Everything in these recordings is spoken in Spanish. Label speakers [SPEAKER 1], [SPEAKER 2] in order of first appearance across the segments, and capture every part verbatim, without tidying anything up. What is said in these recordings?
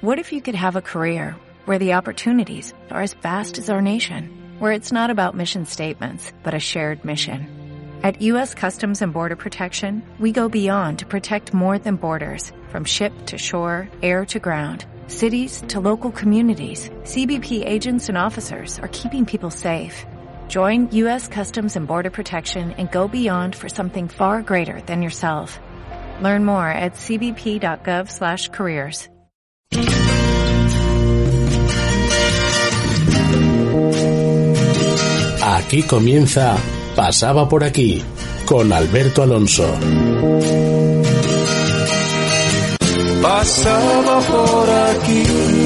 [SPEAKER 1] What if you could have a career where the opportunities are as vast as our nation, where it's not about mission statements, but a shared mission? At U S Customs and Border Protection, we go beyond to protect more than borders, from ship to shore, air to ground, cities to local communities. C B P agents and officers are keeping people safe. Join U S Customs and Border Protection and go beyond for something far greater than yourself. Learn more at c b p dot gov slash careers.
[SPEAKER 2] Aquí comienza Pasaba por aquí, con Alberto Alonso.
[SPEAKER 3] Pasaba por aquí.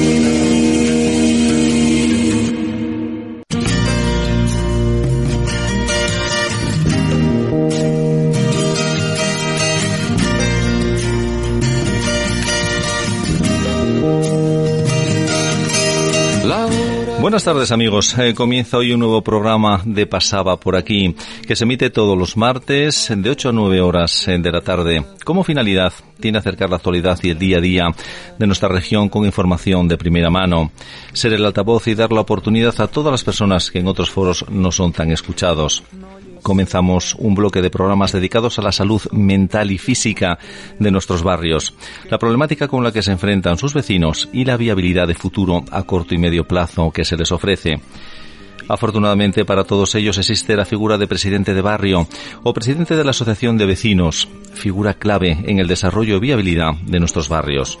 [SPEAKER 4] Buenas tardes, amigos. Eh, comienza hoy un nuevo programa de Pasaba por aquí, que se emite todos los martes de ocho a nueve horas de la tarde. Como finalidad, tiene acercar la actualidad y el día a día de nuestra región con información de primera mano, ser el altavoz y dar la oportunidad a todas las personas que en otros foros no son tan escuchados. Comenzamos un bloque de programas dedicados a la salud mental y física de nuestros barrios, la problemática con la que se enfrentan sus vecinos y la viabilidad de futuro a corto y medio plazo que se les ofrece. Afortunadamente para todos ellos existe la figura de presidente de barrio o presidente de la asociación de vecinos, figura clave en el desarrollo y viabilidad de nuestros barrios.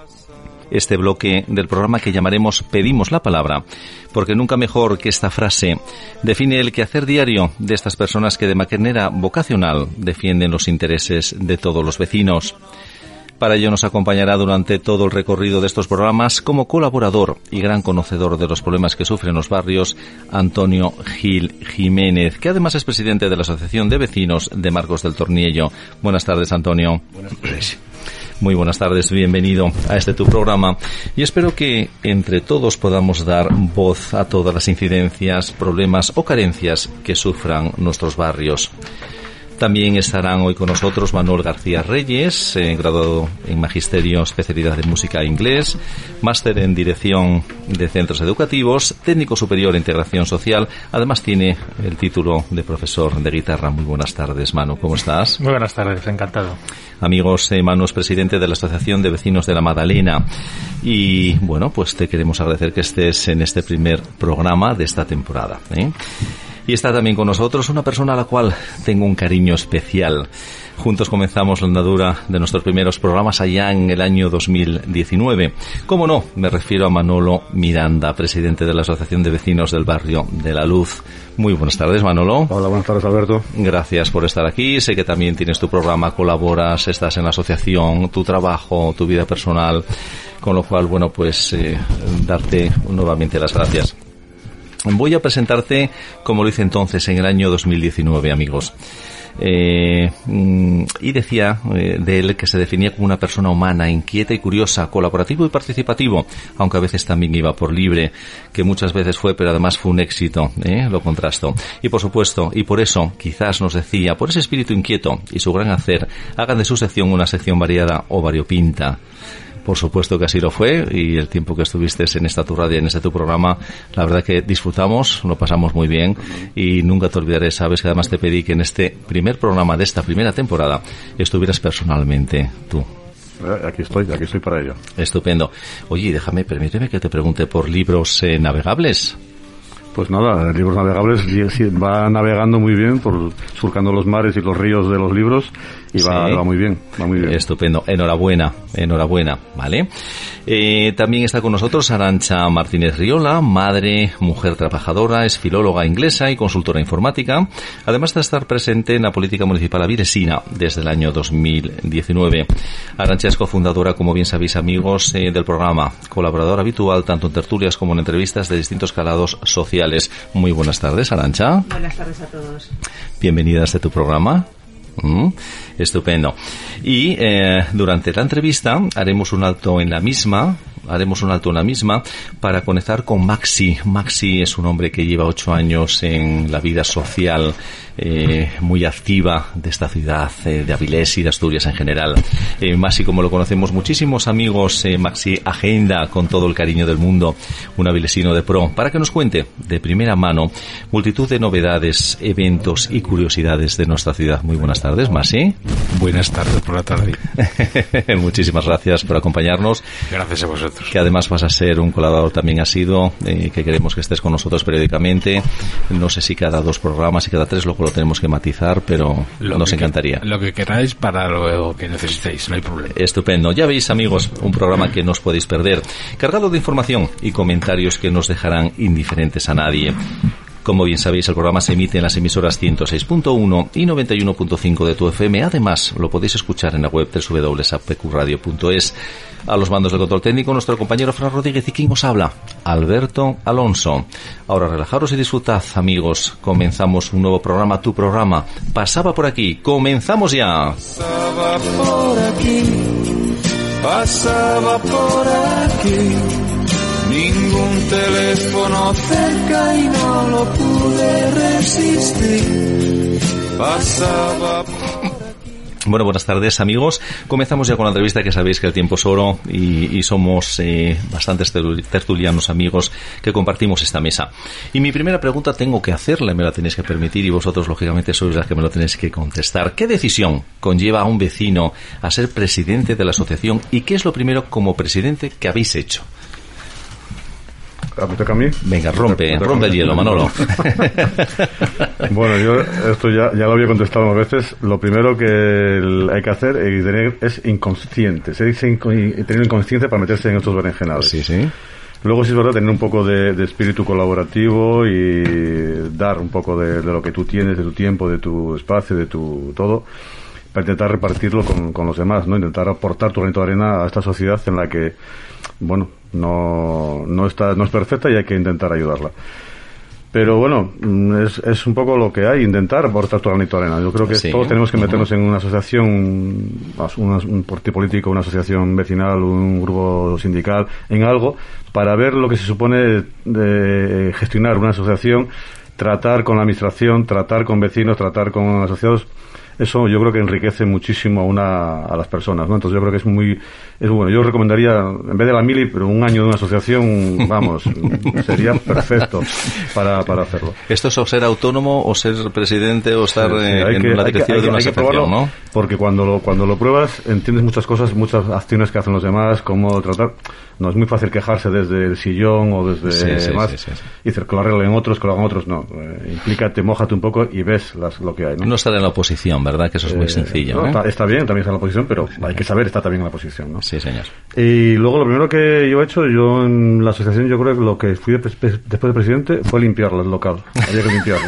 [SPEAKER 4] Este bloque del programa que llamaremos Pedimos la Palabra, porque nunca mejor que esta frase define el quehacer diario de estas personas que de manera vocacional defienden los intereses de todos los vecinos. Para ello nos acompañará durante todo el recorrido de estos programas como colaborador y gran conocedor de los problemas que sufren los barrios, Antonio Gil Jiménez, que además es presidente de la Asociación de Vecinos de Marcos del Torniello. Buenas tardes, Antonio.
[SPEAKER 5] Buenas tardes.
[SPEAKER 4] Muy buenas tardes, bienvenido a este tu programa y espero que entre todos podamos dar voz a todas las incidencias, problemas o carencias que sufran nuestros barrios. También estarán hoy con nosotros Manuel García Reyes, eh, graduado en Magisterio, especialidad de Música e Inglés, máster en Dirección de Centros Educativos, técnico superior en Integración Social. Además tiene el título de profesor de guitarra. Muy buenas tardes, Manu, ¿cómo estás?
[SPEAKER 5] Muy buenas tardes, encantado.
[SPEAKER 4] Amigos, eh, Manu es presidente de la Asociación de Vecinos de la Madalena y, bueno, pues te queremos agradecer que estés en este primer programa de esta temporada, ¿eh? Y está también con nosotros una persona a la cual tengo un cariño especial. Juntos comenzamos la andadura de nuestros primeros programas allá en el año dos mil diecinueve. Cómo no, me refiero a Manolo Miranda, presidente de la Asociación de Vecinos del Barrio de la Luz. Muy buenas tardes, Manolo.
[SPEAKER 6] Hola, buenas tardes, Alberto.
[SPEAKER 4] Gracias por estar aquí. Sé que también tienes tu programa, colaboras, estás en la asociación, tu trabajo, tu vida personal. Con lo cual, bueno, pues eh, darte nuevamente las gracias. Voy a presentarte como lo hice entonces en el año dos mil diecinueve, amigos. Eh, y decía eh, de él que se definía como una persona humana, inquieta y curiosa, colaborativo y participativo, aunque a veces también iba por libre, que muchas veces fue, pero además fue un éxito, ¿eh? Lo contrasto. Y por supuesto, y por eso, quizás nos decía, por ese espíritu inquieto y su gran hacer, hagan de su sección una sección variada o variopinta. Por supuesto que así lo fue, y el tiempo que estuviste en esta tu radio, en este tu programa, la verdad que disfrutamos, lo pasamos muy bien, y nunca te olvidaré. Sabes que además te pedí que en este primer programa de esta primera temporada estuvieras personalmente tú.
[SPEAKER 6] Aquí estoy, aquí estoy para ello.
[SPEAKER 4] Estupendo. Oye, déjame, permíteme que te pregunte por libros eh, navegables.
[SPEAKER 6] Pues nada, libros navegables, va navegando muy bien, por surcando los mares y los ríos de los libros, y va, sí. va muy bien, va muy bien.
[SPEAKER 4] Estupendo, enhorabuena, enhorabuena, ¿vale? Eh, también está con nosotros Arantxa Martínez Riola, madre, mujer trabajadora, es filóloga inglesa y consultora informática, además de estar presente en la política municipal avilesina desde el año dos mil diecinueve. Arantxa es cofundadora, como bien sabéis, amigos, eh, del programa, colaboradora habitual tanto en tertulias como en entrevistas de distintos calados sociales. Muy buenas tardes, Arantxa.
[SPEAKER 7] Buenas tardes a todos.
[SPEAKER 4] Bienvenida a este tu programa. Mm, estupendo. Y eh, durante la entrevista haremos un alto en la misma, haremos un alto en la misma para conectar con Maxi. Maxi es un hombre que lleva ocho años en la vida social eh, muy activa de esta ciudad, eh, de Avilés y de Asturias en general. Eh, Maxi, como lo conocemos muchísimos amigos, eh, Maxi agenda con todo el cariño del mundo, un avilesino de pro, para que nos cuente de primera mano multitud de novedades, eventos y curiosidades de nuestra ciudad. Muy buenas tardes, Maxi.
[SPEAKER 5] Buenas tardes por la tarde.
[SPEAKER 4] Muchísimas gracias por acompañarnos.
[SPEAKER 5] Gracias a vosotros.
[SPEAKER 4] Que además vas a ser un colaborador también asiduo, eh, que queremos que estés con nosotros periódicamente. No sé si cada dos programas y cada tres, luego lo tenemos que matizar, pero
[SPEAKER 5] lo
[SPEAKER 4] nos
[SPEAKER 5] que,
[SPEAKER 4] encantaría.
[SPEAKER 5] Lo que queráis para lo que necesitéis, no hay problema.
[SPEAKER 4] Estupendo. Ya veis, amigos, un programa que no os podéis perder, cargado de información y comentarios que no os dejarán indiferentes a nadie. Como bien sabéis, el programa se emite en las emisoras ciento seis punto uno y noventa y uno punto cinco de tu F M. Además, lo podéis escuchar en la web doble u doble u doble u punto a p q radio punto es. A los mandos del control técnico, nuestro compañero Fran Rodríguez, y quien os habla, Alberto Alonso. Ahora relajaros y disfrutad, amigos. Comenzamos un nuevo programa, tu programa. Pasaba por aquí. ¡Comenzamos ya!
[SPEAKER 3] Pasaba por aquí, pasaba por aquí. Ningún teléfono cerca y no lo pude resistir. Pasaba por aquí.
[SPEAKER 4] Bueno, buenas tardes, amigos. Comenzamos ya con la entrevista, que sabéis que el tiempo es oro y, y somos eh, bastantes tertulianos amigos que compartimos esta mesa. Y mi primera pregunta tengo que hacerla, me la tenéis que permitir, y vosotros lógicamente sois las que me lo tenéis que contestar. ¿Qué decisión conlleva a un vecino a ser presidente de la asociación, y qué es lo primero como presidente que habéis hecho?
[SPEAKER 6] ¿Me toca a mí?
[SPEAKER 4] Venga, rompe, rompe el hielo, Manolo.
[SPEAKER 6] Bueno, yo esto ya, ya lo había contestado más veces. Lo primero que hay que hacer es, tener, es inconsciente. Se dice inco, tener inconsciencia para meterse en estos berenjenales.
[SPEAKER 4] Sí, sí.
[SPEAKER 6] Luego sí es verdad tener un poco de, de espíritu colaborativo y dar un poco de, de lo que tú tienes, de tu tiempo, de tu espacio, de tu todo, para intentar repartirlo con, con los demás, ¿no? Intentar aportar tu granito de arena a esta sociedad en la que, bueno, no, no está, no es perfecta y hay que intentar ayudarla. Pero bueno, es, es un poco lo que hay, intentar aportar tu granito de arena. Yo creo que sí, todos tenemos que meternos uh-huh. en una asociación, una, un partido político, una asociación vecinal, un grupo sindical, en algo, para ver lo que se supone de gestionar una asociación, tratar con la administración, tratar con vecinos, tratar con asociados. Eso yo creo que enriquece muchísimo a una a las personas, ¿no? Entonces yo creo que es muy es bueno. Yo recomendaría, en vez de la mili, pero un año de una asociación, vamos, sería perfecto para, para hacerlo.
[SPEAKER 4] Esto es o ser autónomo, o ser presidente, o estar sí, sí, en
[SPEAKER 6] que,
[SPEAKER 4] la dirección
[SPEAKER 6] que,
[SPEAKER 4] de una asociación, ¿no?
[SPEAKER 6] Porque cuando lo cuando lo pruebas entiendes muchas cosas, muchas acciones que hacen los demás, cómo tratar. No es muy fácil quejarse desde el sillón o desde
[SPEAKER 4] sí, sí,
[SPEAKER 6] más
[SPEAKER 4] sí, sí, sí.
[SPEAKER 6] y decir que lo arreglen otros, que lo hagan otros, no. Eh, implícate, mójate un poco y ves las, lo que hay, ¿no?
[SPEAKER 4] No estar en la oposición, ¿verdad? Que eso es muy eh, sencillo,
[SPEAKER 6] no,
[SPEAKER 4] ¿eh?
[SPEAKER 6] está, está bien, también está en la oposición, pero sí, hay que saber estar también en la oposición, ¿no?
[SPEAKER 4] Sí, señor.
[SPEAKER 6] Y luego lo primero que yo he hecho, yo en la asociación, yo creo que lo que fui de, después de presidente fue limpiarlo, el local. Había que limpiarlo.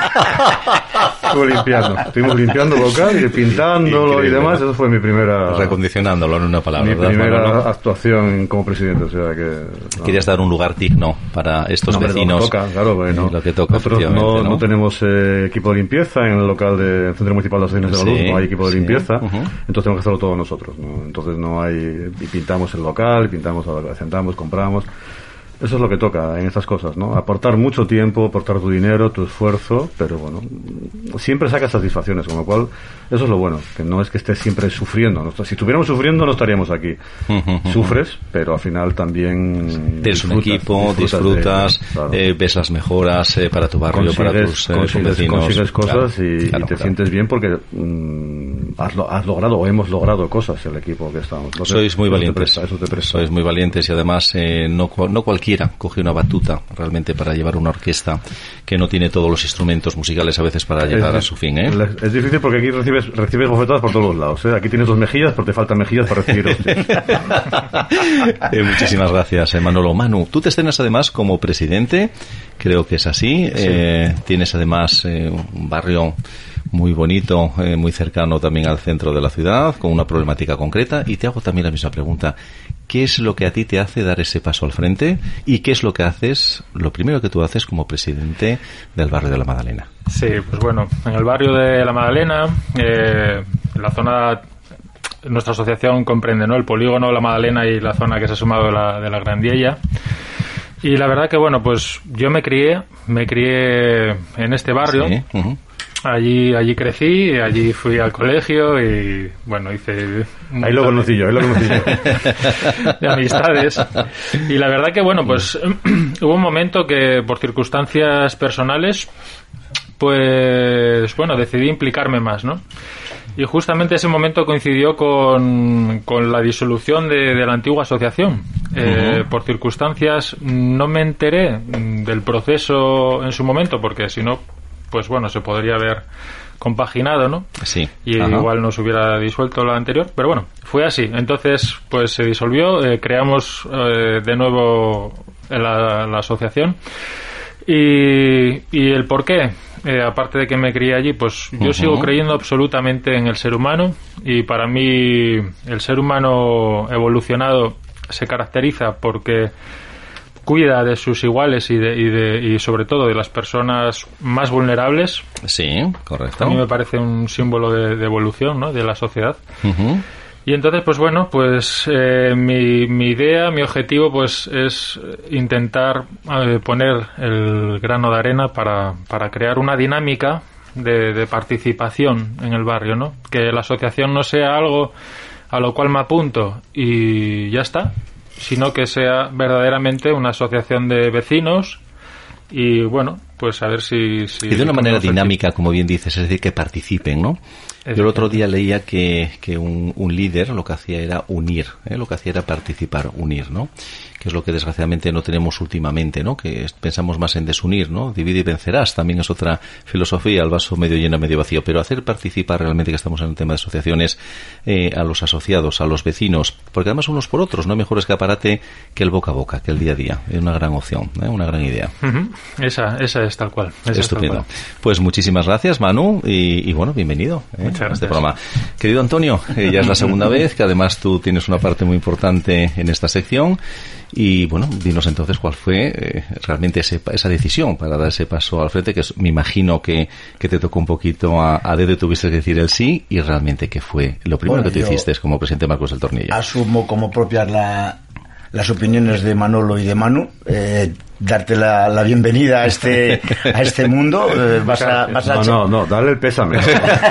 [SPEAKER 6] Estuve limpiando. Estuvimos limpiando el local y pintándolo. Increíble, y demás. Eso fue mi primera...
[SPEAKER 4] Recondicionándolo en una palabra.
[SPEAKER 6] Mi
[SPEAKER 4] ¿verdad,
[SPEAKER 6] primera
[SPEAKER 4] Manolo?
[SPEAKER 6] Actuación como presidente. O sea que... No.
[SPEAKER 4] Querías dar un lugar digno para estos
[SPEAKER 6] no,
[SPEAKER 4] vecinos.
[SPEAKER 6] Lo que toca, claro, bueno.
[SPEAKER 4] Lo que toca,
[SPEAKER 6] nosotros no,
[SPEAKER 4] ¿no?
[SPEAKER 6] no tenemos eh, equipo de limpieza en el local del Centro Municipal de Asociaciones de la Luz. Sí, no hay equipo de sí. limpieza. Uh-huh. Entonces tenemos que hacerlo todos nosotros, ¿no? Entonces no hay... Y pintamos el local, y pintamos, sentamos, compramos... Eso es lo que toca en estas cosas, ¿no? Aportar mucho tiempo, aportar tu dinero, tu esfuerzo, pero bueno, siempre sacas satisfacciones, con lo cual, eso es lo bueno, que no es que estés siempre sufriendo. ¿No? Si estuviéramos sufriendo, no estaríamos aquí. Sufres, pero al final también...
[SPEAKER 4] Tienes un equipo, disfrutas, disfrutas de, claro. eh, ves las mejoras eh, para tu barrio, consigues, para tus, eh,
[SPEAKER 6] consigues,
[SPEAKER 4] vecinos.
[SPEAKER 6] Consigues cosas
[SPEAKER 4] claro,
[SPEAKER 6] y,
[SPEAKER 4] claro,
[SPEAKER 6] y te
[SPEAKER 4] claro.
[SPEAKER 6] sientes bien porque mmm, has, has logrado o hemos logrado cosas el equipo que estamos. Entonces,
[SPEAKER 4] Sois muy
[SPEAKER 6] eso
[SPEAKER 4] valientes,
[SPEAKER 6] te presta, eso te presta.
[SPEAKER 4] Sois muy valientes y además eh, no, no cualquiera coge una batuta realmente para llevar una orquesta que no tiene todos los instrumentos musicales a veces para llegar
[SPEAKER 6] es,
[SPEAKER 4] a su fin, ¿eh?
[SPEAKER 6] Es difícil porque aquí recibes recibes bofetadas por todos los lados, ¿eh? Aquí tienes dos mejillas, pero te faltan mejillas para recibir hostias.
[SPEAKER 4] eh, muchísimas gracias, eh, Manolo. Manu, tú te estrenas además como presidente, creo que es así. Sí. Eh, tienes además eh, un barrio muy bonito, eh, muy cercano también al centro de la ciudad, con una problemática concreta, y te hago también la misma pregunta. ¿Qué es lo que a ti te hace dar ese paso al frente? ¿Y qué es lo que haces, lo primero que tú haces como presidente del barrio de la Magdalena?
[SPEAKER 7] Sí, pues bueno, en el barrio de la Magdalena, eh, en la zona nuestra asociación comprende, ¿no?, el polígono, la Madalena y la zona que se ha sumado de la, de la Grandiella. Y la verdad que, bueno, pues yo me crié, me crié en este barrio.
[SPEAKER 4] Sí. Uh-huh.
[SPEAKER 7] Allí allí crecí, allí fui al colegio y, bueno, hice...
[SPEAKER 6] Ahí lo conocí yo, ahí lo conocí yo.
[SPEAKER 7] De amistades. Y la verdad que, bueno, pues hubo un momento que, por circunstancias personales, pues, bueno, decidí implicarme más, ¿no? Y justamente ese momento coincidió con, con la disolución de, de la antigua asociación. Uh-huh. Eh, por circunstancias no me enteré del proceso en su momento, porque si no, pues bueno, se podría haber compaginado, ¿no?
[SPEAKER 4] Sí.
[SPEAKER 7] Y
[SPEAKER 4] Ajá.
[SPEAKER 7] igual no se hubiera disuelto la anterior, pero bueno, fue así. Entonces, pues se disolvió, eh, creamos eh, de nuevo la, la asociación. Y, y el por qué, eh, aparte de que me crié allí, pues yo uh-huh. sigo creyendo absolutamente en el ser humano, y para mí el ser humano evolucionado se caracteriza porque cuida de sus iguales y de, y de y sobre todo de las personas más vulnerables.
[SPEAKER 4] Sí, correcto.
[SPEAKER 7] A mí me parece un símbolo de, de evolución, ¿no?, de la sociedad.
[SPEAKER 4] Uh-huh.
[SPEAKER 7] Y entonces, pues bueno, pues eh, mi, mi idea, mi objetivo, pues es intentar eh, poner el grano de arena para, para crear una dinámica de, de participación en el barrio, ¿no? Que la asociación no sea algo a lo cual me apunto y ya está, sino que sea verdaderamente una asociación de vecinos y, bueno, pues a ver si... si
[SPEAKER 4] y de una manera dinámica, como bien dices, es decir, que participen, ¿no? Yo el otro día leía que, que un, un líder lo que hacía era unir, ¿eh? Lo que hacía era participar, unir, ¿no? Que es lo que desgraciadamente no tenemos últimamente, ¿no? Que pensamos más en desunir, ¿no? Divide y vencerás, también es otra filosofía, el vaso medio lleno, medio vacío, pero hacer participar realmente, que estamos en el tema de asociaciones, eh, a los asociados, a los vecinos, porque además unos por otros, no hay mejor escaparate que el boca a boca, que el día a día, es una gran opción, ¿eh? Una gran idea.
[SPEAKER 7] Uh-huh. Esa, esa es tal cual. Esa
[SPEAKER 4] Estupendo.
[SPEAKER 7] Es tal cual.
[SPEAKER 4] Pues muchísimas gracias, Manu, y, y bueno, bienvenido, ¿eh? a este programa. Querido Antonio, eh, ya es la segunda vez que además tú tienes una parte muy importante en esta sección. Y bueno, dinos entonces cuál fue eh, realmente ese, esa decisión para dar ese paso al frente, que es, me imagino que, que te tocó un poquito a, a dedo y tuviste que decir el sí, y realmente qué fue lo primero
[SPEAKER 8] bueno,
[SPEAKER 4] que tú hiciste como presidente Marcos del Tornillo.
[SPEAKER 8] Asumo como propias la, las opiniones de Manolo y de Manu, eh, darte la, la bienvenida a este a este mundo. Eh, vas a, vas a
[SPEAKER 6] no,
[SPEAKER 8] echar...
[SPEAKER 6] no, no, dale el pésame.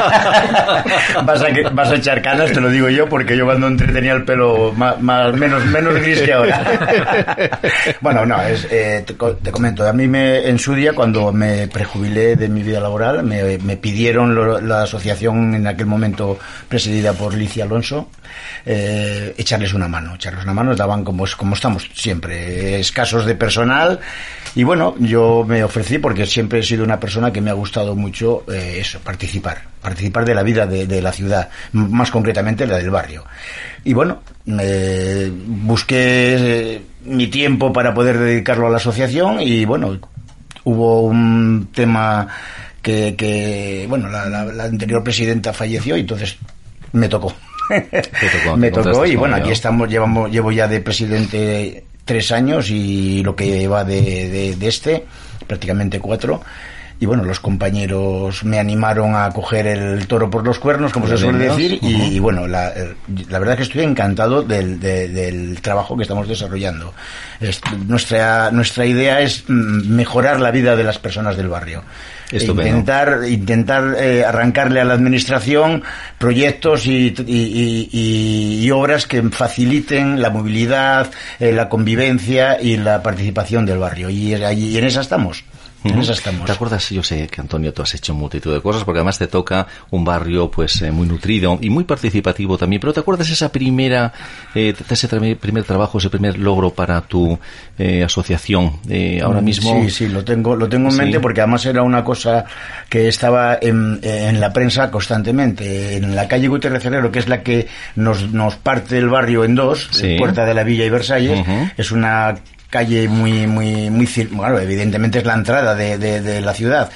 [SPEAKER 8] vas, a, vas a echar canas, te lo digo yo, porque yo cuando entré tenía el pelo más, más menos menos gris que ahora. Bueno, no, es, eh, te, te comento, a mí me, en su día, cuando me prejubilé de mi vida laboral, me, me pidieron lo, la asociación en aquel momento presidida por Licia Alonso, eh, echarles una mano, echarles una mano, daban como, como estamos siempre, escasos de personal. Y bueno, yo me ofrecí porque siempre he sido una persona que me ha gustado mucho eh, eso, participar, participar de la vida de, de la ciudad, más concretamente la del barrio. Y bueno, eh, busqué eh, mi tiempo para poder dedicarlo a la asociación y bueno, hubo un tema que, que bueno, la, la, la anterior presidenta falleció y entonces me tocó. tocó me tocó y bueno, aquí estamos, llevamos, llevo ya de presidente tres años y lo que va de, de, de este, prácticamente cuatro. Y bueno, los compañeros me animaron a coger el toro por los cuernos, como se suele decir, uh-huh. y, y bueno, la, la verdad es que estoy encantado del, de, del trabajo que estamos desarrollando. Es, nuestra, nuestra idea es mejorar la vida de las personas del barrio. Estupendo. Intentar, intentar eh, arrancarle a la administración proyectos y, y, y, y, y obras que faciliten la movilidad, eh, la convivencia y la participación del barrio. Y, y en esa estamos. En esa estamos.
[SPEAKER 4] ¿Te acuerdas? Yo sé que, Antonio, tú has hecho multitud de cosas, porque además te toca un barrio pues eh, muy nutrido y muy participativo también, pero ¿te acuerdas esa primera eh, ese primer trabajo, ese primer logro para tu eh, asociación? Eh, ahora mismo...
[SPEAKER 8] Sí, sí, lo tengo, lo tengo en mente, sí. Porque además era una cosa que estaba en, en la prensa constantemente. En la calle Gutiérrez Herrero, que es la que nos, nos parte el barrio en dos, sí. Puerta de la Villa y Versalles, uh-huh. Es una calle muy, muy, muy, bueno, evidentemente es la entrada de, de, de la ciudad.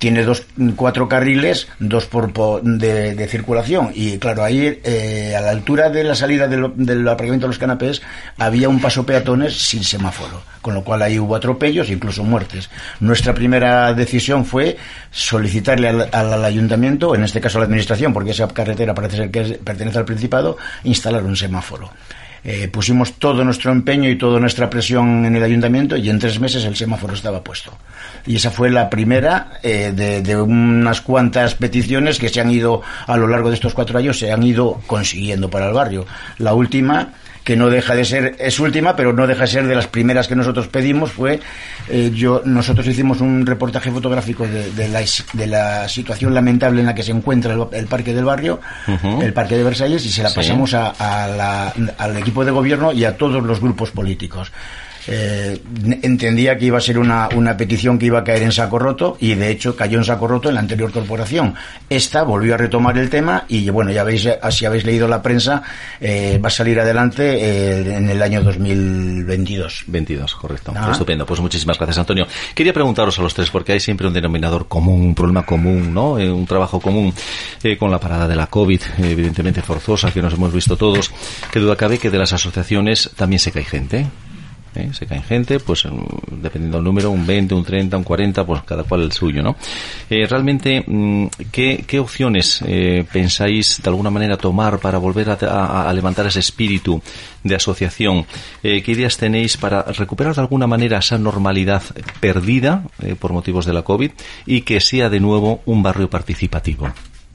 [SPEAKER 8] tiene dos, cuatro carriles, dos por, por de, de circulación, y claro, ahí eh, a la altura de la salida del, del aparcamiento de los canapés había un paso peatones sin semáforo, con lo cual ahí hubo atropellos, incluso muertes. Nuestra primera decisión fue solicitarle al, al, al ayuntamiento, en este caso a la administración, porque esa carretera parece ser que es, pertenece al Principado, instalar un semáforo. Eh, pusimos todo nuestro empeño y toda nuestra presión en el ayuntamiento, y en tres meses el semáforo estaba puesto. Y esa fue la primera eh, de, de unas cuantas peticiones que se han ido a lo largo de estos cuatro años, se han ido consiguiendo para el barrio. La última, que no deja de ser, es última, pero no deja de ser de las primeras que nosotros pedimos, fue, eh, yo nosotros hicimos un reportaje fotográfico de, de, la, de la situación lamentable en la que se encuentra el, el parque del barrio, uh-huh. el parque de Versalles, y se la sí. pasamos a, a la, al equipo de gobierno y a todos los grupos políticos. Eh, entendía que iba a ser una, una petición que iba a caer en saco roto, y de hecho cayó en saco roto en la anterior corporación. Esta volvió a retomar el tema, y bueno, ya veis, si habéis leído la prensa, eh, va a salir adelante eh, en el año dos mil veintidós.
[SPEAKER 4] veintidós, correcto. Ah. Estupendo. Pues muchísimas gracias, Antonio. Quería preguntaros a los tres, porque hay siempre un denominador común, un problema común, ¿no? Eh, un trabajo común eh, con la parada de la COVID, eh, evidentemente forzosa, que nos hemos visto todos. Qué duda cabe que de las asociaciones también se cae gente. ¿Eh? Se caen gente, pues dependiendo del número, un veinte, un treinta, un cuarenta, pues cada cual el suyo, ¿no? Eh, realmente, ¿qué, qué opciones eh, pensáis de alguna manera tomar para volver a, a, a levantar ese espíritu de asociación? Eh, ¿Qué ideas tenéis para recuperar de alguna manera esa normalidad perdida eh, por motivos de la COVID, y que sea de nuevo un barrio participativo?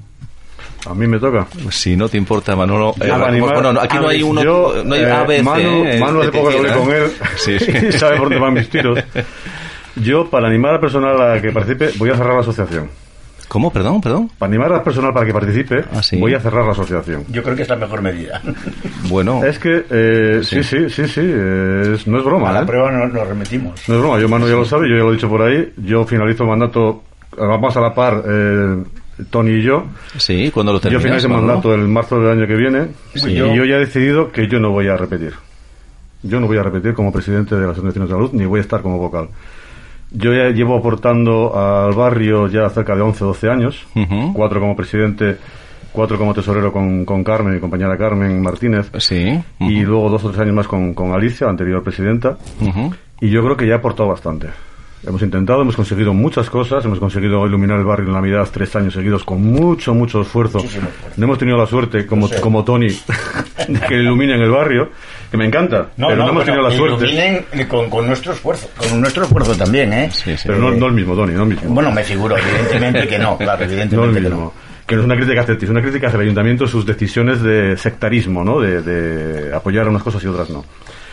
[SPEAKER 6] A mí me toca.
[SPEAKER 4] Si no te importa, Manolo. Eh,
[SPEAKER 6] animar,
[SPEAKER 4] bueno, aquí no hay uno,
[SPEAKER 6] yo,
[SPEAKER 4] no hay A, B, C.
[SPEAKER 6] Manu,
[SPEAKER 4] eh,
[SPEAKER 6] Manu hace poco que hablé con él
[SPEAKER 4] sí, sí.
[SPEAKER 6] y sabe por dónde van mis tiros. Yo, para animar al personal a que participe, voy a cerrar la asociación.
[SPEAKER 4] ¿Cómo? Perdón, perdón.
[SPEAKER 6] Para animar al personal para que participe, ah, ¿sí? voy a cerrar la asociación.
[SPEAKER 8] Yo creo que es la mejor medida.
[SPEAKER 4] Bueno.
[SPEAKER 6] Es que, eh, sí, sí, sí, sí, es, no es broma.
[SPEAKER 8] A la
[SPEAKER 6] ¿eh?
[SPEAKER 8] prueba nos no remitimos.
[SPEAKER 6] No es broma, yo, Manu ya lo sabe, yo ya lo he dicho por ahí, yo finalizo el mandato, vamos a la par, eh, Tony y yo.
[SPEAKER 4] Sí, ¿cuándo lo terminas?
[SPEAKER 6] Yo finalizo el mandato el marzo del año que viene,
[SPEAKER 4] sí.
[SPEAKER 6] y yo ya he decidido que yo no voy a repetir. Yo no voy a repetir como presidente de las Asociaciones de Salud, ni voy a estar como vocal. Yo ya llevo aportando al barrio ya cerca de once o doce años, uh-huh. cuatro como presidente, cuatro como tesorero con, con Carmen, mi compañera Carmen Martínez,
[SPEAKER 4] sí. uh-huh.
[SPEAKER 6] y luego dos o tres años más con, con Alicia, la anterior presidenta, uh-huh. y yo creo que ya he aportado bastante. Hemos intentado, hemos conseguido muchas cosas, hemos conseguido iluminar el barrio en Navidad tres años seguidos con mucho, mucho esfuerzo. No hemos tenido la suerte, como, sí. como Tony, de que iluminen el barrio, que me encanta, no, pero no, no hemos tenido la suerte.
[SPEAKER 8] Iluminen con, con nuestro esfuerzo, con nuestro esfuerzo también, ¿eh?
[SPEAKER 6] Sí, sí. Pero no, no el mismo, Tony, no el mismo.
[SPEAKER 8] Bueno, me figuro, evidentemente que no, claro, evidentemente
[SPEAKER 6] no el mismo.
[SPEAKER 8] que no.
[SPEAKER 6] Que no es una crítica hacia ti, es una crítica hacia el ayuntamiento, sus decisiones de sectarismo, ¿no? De, de apoyar unas cosas y otras no.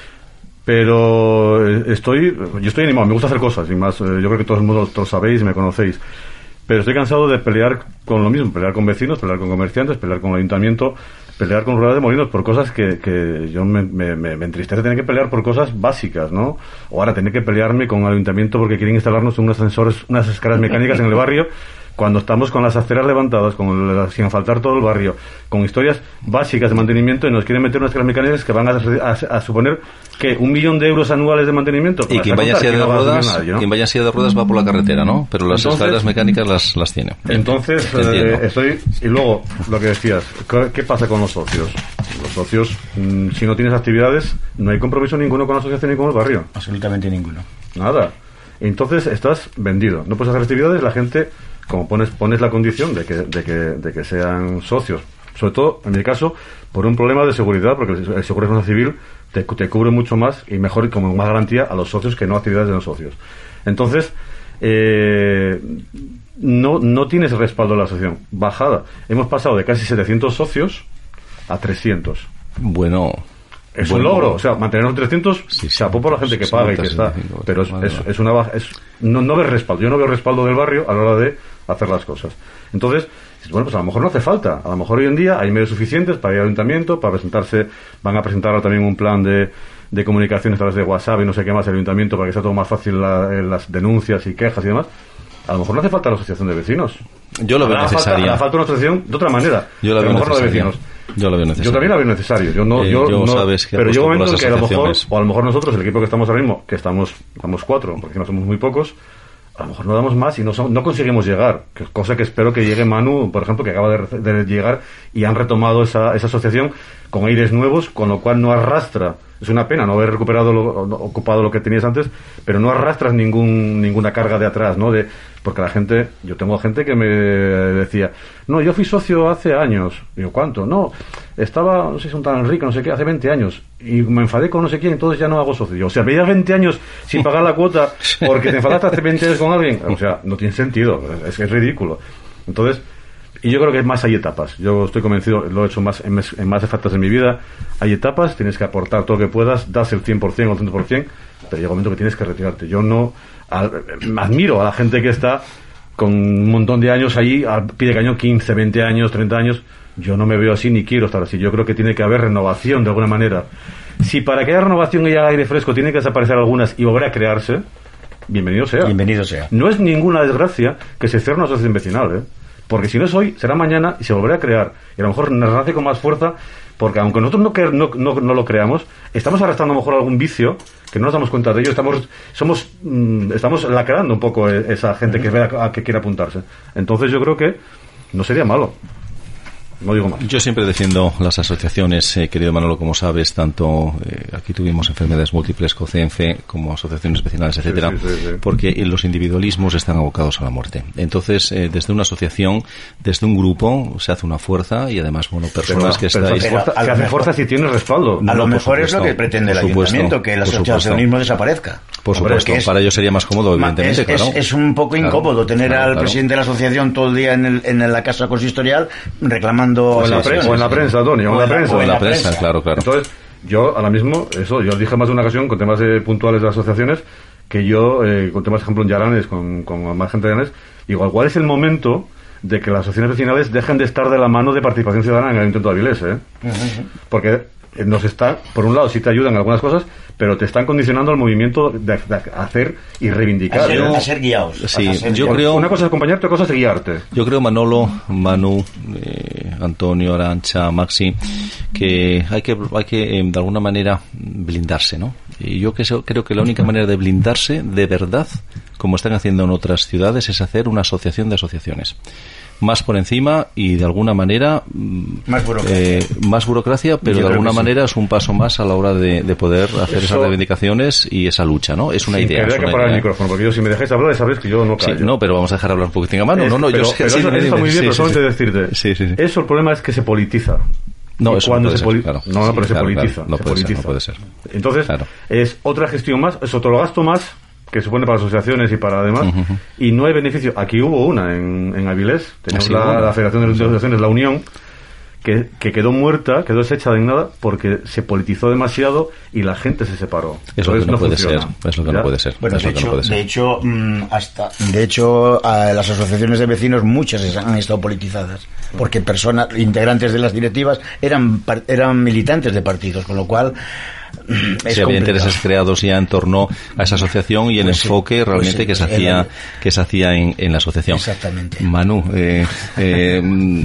[SPEAKER 6] Pero estoy, yo estoy animado, me gusta hacer cosas, y más, yo creo que todo el mundo lo sabéis y me conocéis. Pero estoy cansado de pelear con lo mismo, pelear con vecinos, pelear con comerciantes, pelear con el ayuntamiento, pelear con Rueda de Molinos por cosas que, que yo me, me, me entristece tener que pelear por cosas básicas, ¿no? O ahora tener que pelearme con el ayuntamiento porque quieren instalarnos unos ascensores, unas escaleras mecánicas en el barrio, cuando estamos con las aceras levantadas, con el, sin asfaltar todo el barrio, con historias básicas de mantenimiento, y nos quieren meter unas escaleras mecánicas que van a, a, a suponer que un millón de euros anuales de mantenimiento.
[SPEAKER 4] Y quien vaya en silla de ruedas, nadie, ¿no? Quien vaya en silla de ruedas va por la carretera, ¿no? Pero las entonces, escaleras mecánicas las, las tiene.
[SPEAKER 6] Entonces, eh, estoy, y luego, lo que decías, ¿qué pasa con los socios? Los socios, mmm, si no tienes actividades, no hay compromiso ninguno con la asociación ni con el barrio.
[SPEAKER 8] Absolutamente ninguno.
[SPEAKER 6] Nada. Entonces, estás vendido. No puedes hacer actividades, la gente, como pones pones la condición de que, de que, de que sean socios, sobre todo, en mi caso, por un problema de seguridad, porque el seguro de responsabilidad civil te, te cubre mucho más y mejor y como más garantía a los socios que no actividades de los socios. Entonces, eh, no, no tienes respaldo de la asociación. Bajada. Hemos pasado de casi setecientos socios a trescientos.
[SPEAKER 4] Bueno...
[SPEAKER 6] Es
[SPEAKER 4] bueno,
[SPEAKER 6] un logro, o sea, mantenernos en trescientos,
[SPEAKER 4] sí, sí,
[SPEAKER 6] chapó por la gente que paga y que está, pero es, es, es una baja, es, no, no ves respaldo, yo no veo respaldo del barrio a la hora de hacer las cosas. Entonces, bueno, pues a lo mejor no hace falta, a lo mejor hoy en día hay medios suficientes para ir al ayuntamiento, para presentarse, van a presentar ahora también un plan de, de comunicación a través de WhatsApp y no sé qué más el ayuntamiento para que sea todo más fácil la, las denuncias y quejas y demás. A lo mejor no hace falta la asociación de vecinos.
[SPEAKER 4] Yo lo veo necesaria.
[SPEAKER 6] Hace falta una asociación de otra manera.
[SPEAKER 4] Yo la veo
[SPEAKER 6] a lo mejor
[SPEAKER 4] necesaria.
[SPEAKER 6] No de vecinos.
[SPEAKER 4] Yo lo veo necesario.
[SPEAKER 6] Yo también la veo necesario. Yo no,
[SPEAKER 4] eh,
[SPEAKER 6] yo,
[SPEAKER 4] yo
[SPEAKER 6] no,
[SPEAKER 4] sabes que
[SPEAKER 6] pero llega un momento en que a lo mejor,
[SPEAKER 4] asociaciones.
[SPEAKER 6] o a lo mejor nosotros, el equipo que estamos ahora mismo, que estamos, estamos cuatro, porque no somos muy pocos, a lo mejor no damos más y no, son, no conseguimos llegar, que cosa que espero que llegue Manu, por ejemplo, que acaba de, de llegar y han retomado esa, esa asociación con aires nuevos, con lo cual no arrastra, es una pena no haber recuperado lo, no, ocupado lo que tenías antes, pero no arrastras ningún ninguna carga de atrás, ¿no? De, porque la gente, yo tengo gente que me decía, no, yo fui socio hace años. Digo, ¿cuánto? No, estaba, no sé si un tan rico, no sé qué, hace veinte años, y me enfadé con no sé quién, entonces ya no hago socio. Yo, o sea, veías veinte años sin pagar la cuota porque te enfadaste hace veinte años con alguien. O sea, no tiene sentido, es, es ridículo. Entonces, y yo creo que más hay etapas. Yo estoy convencido, lo he hecho más en, mes, en más efectos en mi vida. Hay etapas, tienes que aportar todo lo que puedas, das el cien por ciento o el ciento por ciento, pero llega un momento que tienes que retirarte. Yo no al, admiro a la gente que está con un montón de años ahí, al pie de cañón, quince, veinte años, treinta años. Yo no me veo así ni quiero estar así. Yo creo que tiene que haber renovación de alguna manera. Si para que haya renovación y haya aire fresco tiene que desaparecer algunas y volver a crearse, bienvenido sea.
[SPEAKER 8] Bienvenido sea.
[SPEAKER 6] No es ninguna desgracia que se cierre una asociación vecinal, ¿eh? Porque si no es hoy, será mañana y se volverá a crear. Y a lo mejor nos nace con más fuerza, porque aunque nosotros no, cre- no, no, no lo creamos, estamos arrastrando a lo mejor algún vicio que no nos damos cuenta de ello. Estamos somos mmm, estamos lacrando un poco esa gente que, ve a, a que quiere apuntarse. Entonces yo creo que no sería malo. No digo más.
[SPEAKER 4] Yo siempre defiendo las asociaciones, eh, querido Manolo, como sabes, tanto eh, aquí tuvimos enfermedades múltiples, COCENFE, como asociaciones vecinales, etcétera, sí, sí, sí, sí. Porque los individualismos están abocados a la muerte. Entonces, eh, desde una asociación, desde un grupo, se hace una fuerza y además, bueno, personas pero, que
[SPEAKER 6] pero
[SPEAKER 4] estáis...
[SPEAKER 6] Fuerza, se hace fuerza si tienes respaldo.
[SPEAKER 8] A lo mejor es lo que pretende el ayuntamiento, que el asociacionismo desaparezca.
[SPEAKER 4] Por supuesto, es, para ellos sería más cómodo, evidentemente,
[SPEAKER 8] es,
[SPEAKER 4] claro.
[SPEAKER 8] Es, es un poco
[SPEAKER 4] claro,
[SPEAKER 8] incómodo tener
[SPEAKER 4] claro,
[SPEAKER 8] al
[SPEAKER 4] claro.
[SPEAKER 8] presidente de la asociación todo el día en, el, en la casa consistorial reclamando...
[SPEAKER 6] O en la prensa, o en la prensa, Antonio, o en la prensa.
[SPEAKER 4] O en la prensa, claro, claro.
[SPEAKER 6] Entonces, yo ahora mismo, eso, yo dije más de una ocasión con temas de, puntuales de las asociaciones, que yo, eh, con temas, por ejemplo, en Llaranes, con, con más gente de Llaranes, digo, ¿cuál es el momento de que las asociaciones vecinales dejen de estar de la mano de participación ciudadana en el Ayuntamiento de Avilés, ¿eh? Uh-huh. Porque nos está, por un lado, sí te ayudan en algunas cosas, pero te están condicionando al movimiento de, de hacer y reivindicar.
[SPEAKER 8] A ser,
[SPEAKER 6] ¿eh?
[SPEAKER 8] a ser guiados.
[SPEAKER 4] Sí,
[SPEAKER 8] a ser
[SPEAKER 4] yo
[SPEAKER 8] guiados.
[SPEAKER 4] creo...
[SPEAKER 6] Una cosa es acompañarte, otra cosa es guiarte.
[SPEAKER 4] Yo creo, Manolo, Manu, eh, Antonio, Arantxa, Maxi, que hay que, hay que eh, de alguna manera, blindarse, ¿no? Y yo que so, creo que la única manera de blindarse, de verdad, como están haciendo en otras ciudades, es hacer una asociación de asociaciones. Más por encima y de alguna manera
[SPEAKER 8] más burocracia,
[SPEAKER 4] eh, más burocracia pero de alguna manera sí. Es un paso más a la hora de, de poder hacer Eso, esas reivindicaciones y esa lucha, ¿no? Es una
[SPEAKER 6] sí,
[SPEAKER 4] idea.
[SPEAKER 6] Hay que parar el micrófono, porque yo si me dejáis hablar sabréis que yo no callo.
[SPEAKER 4] Sí, no, pero vamos a dejar hablar un poquitín a mano.
[SPEAKER 6] Es,
[SPEAKER 4] no, no,
[SPEAKER 6] pero,
[SPEAKER 4] yo sé,
[SPEAKER 6] pero
[SPEAKER 4] sí,
[SPEAKER 6] eso,
[SPEAKER 4] sí,
[SPEAKER 6] eso está muy bien,
[SPEAKER 4] sí,
[SPEAKER 6] pero
[SPEAKER 4] sí,
[SPEAKER 6] solamente
[SPEAKER 4] sí.
[SPEAKER 6] decirte.
[SPEAKER 4] Sí, sí, sí.
[SPEAKER 6] Eso el problema es que se politiza.
[SPEAKER 4] No, eso
[SPEAKER 6] cuando
[SPEAKER 4] no
[SPEAKER 6] se
[SPEAKER 4] puede
[SPEAKER 6] poli-
[SPEAKER 4] ser, claro.
[SPEAKER 6] No, no,
[SPEAKER 4] sí,
[SPEAKER 6] pero
[SPEAKER 4] claro,
[SPEAKER 6] se politiza.
[SPEAKER 4] Claro, no,
[SPEAKER 6] se
[SPEAKER 4] puede
[SPEAKER 6] politiza.
[SPEAKER 4] Ser, no puede ser.
[SPEAKER 6] Entonces,
[SPEAKER 4] claro.
[SPEAKER 6] es otra gestión más, es otro gasto más que supone para asociaciones y para demás, uh-huh. Y no hay beneficio. Aquí hubo una en, en Avilés, tenemos la, la Federación de Asociaciones, la Unión, que, que quedó muerta, quedó deshecha de nada porque se politizó demasiado y la gente se separó.
[SPEAKER 4] Es lo que no, no puede ser, es lo que ¿Ya? no puede ser.
[SPEAKER 8] Bueno,
[SPEAKER 4] es
[SPEAKER 8] de,
[SPEAKER 4] lo que
[SPEAKER 8] hecho,
[SPEAKER 4] no puede ser.
[SPEAKER 8] de hecho, hasta de hecho, a las asociaciones de vecinos muchas han estado politizadas porque personas integrantes de las directivas eran eran militantes de partidos, con lo cual
[SPEAKER 4] es sí, había intereses creados ya en torno a esa asociación y el pues enfoque sí, realmente pues sí, que se hacía el... que se hacía en, en la asociación.
[SPEAKER 8] Exactamente.
[SPEAKER 4] Manu, eh, eh,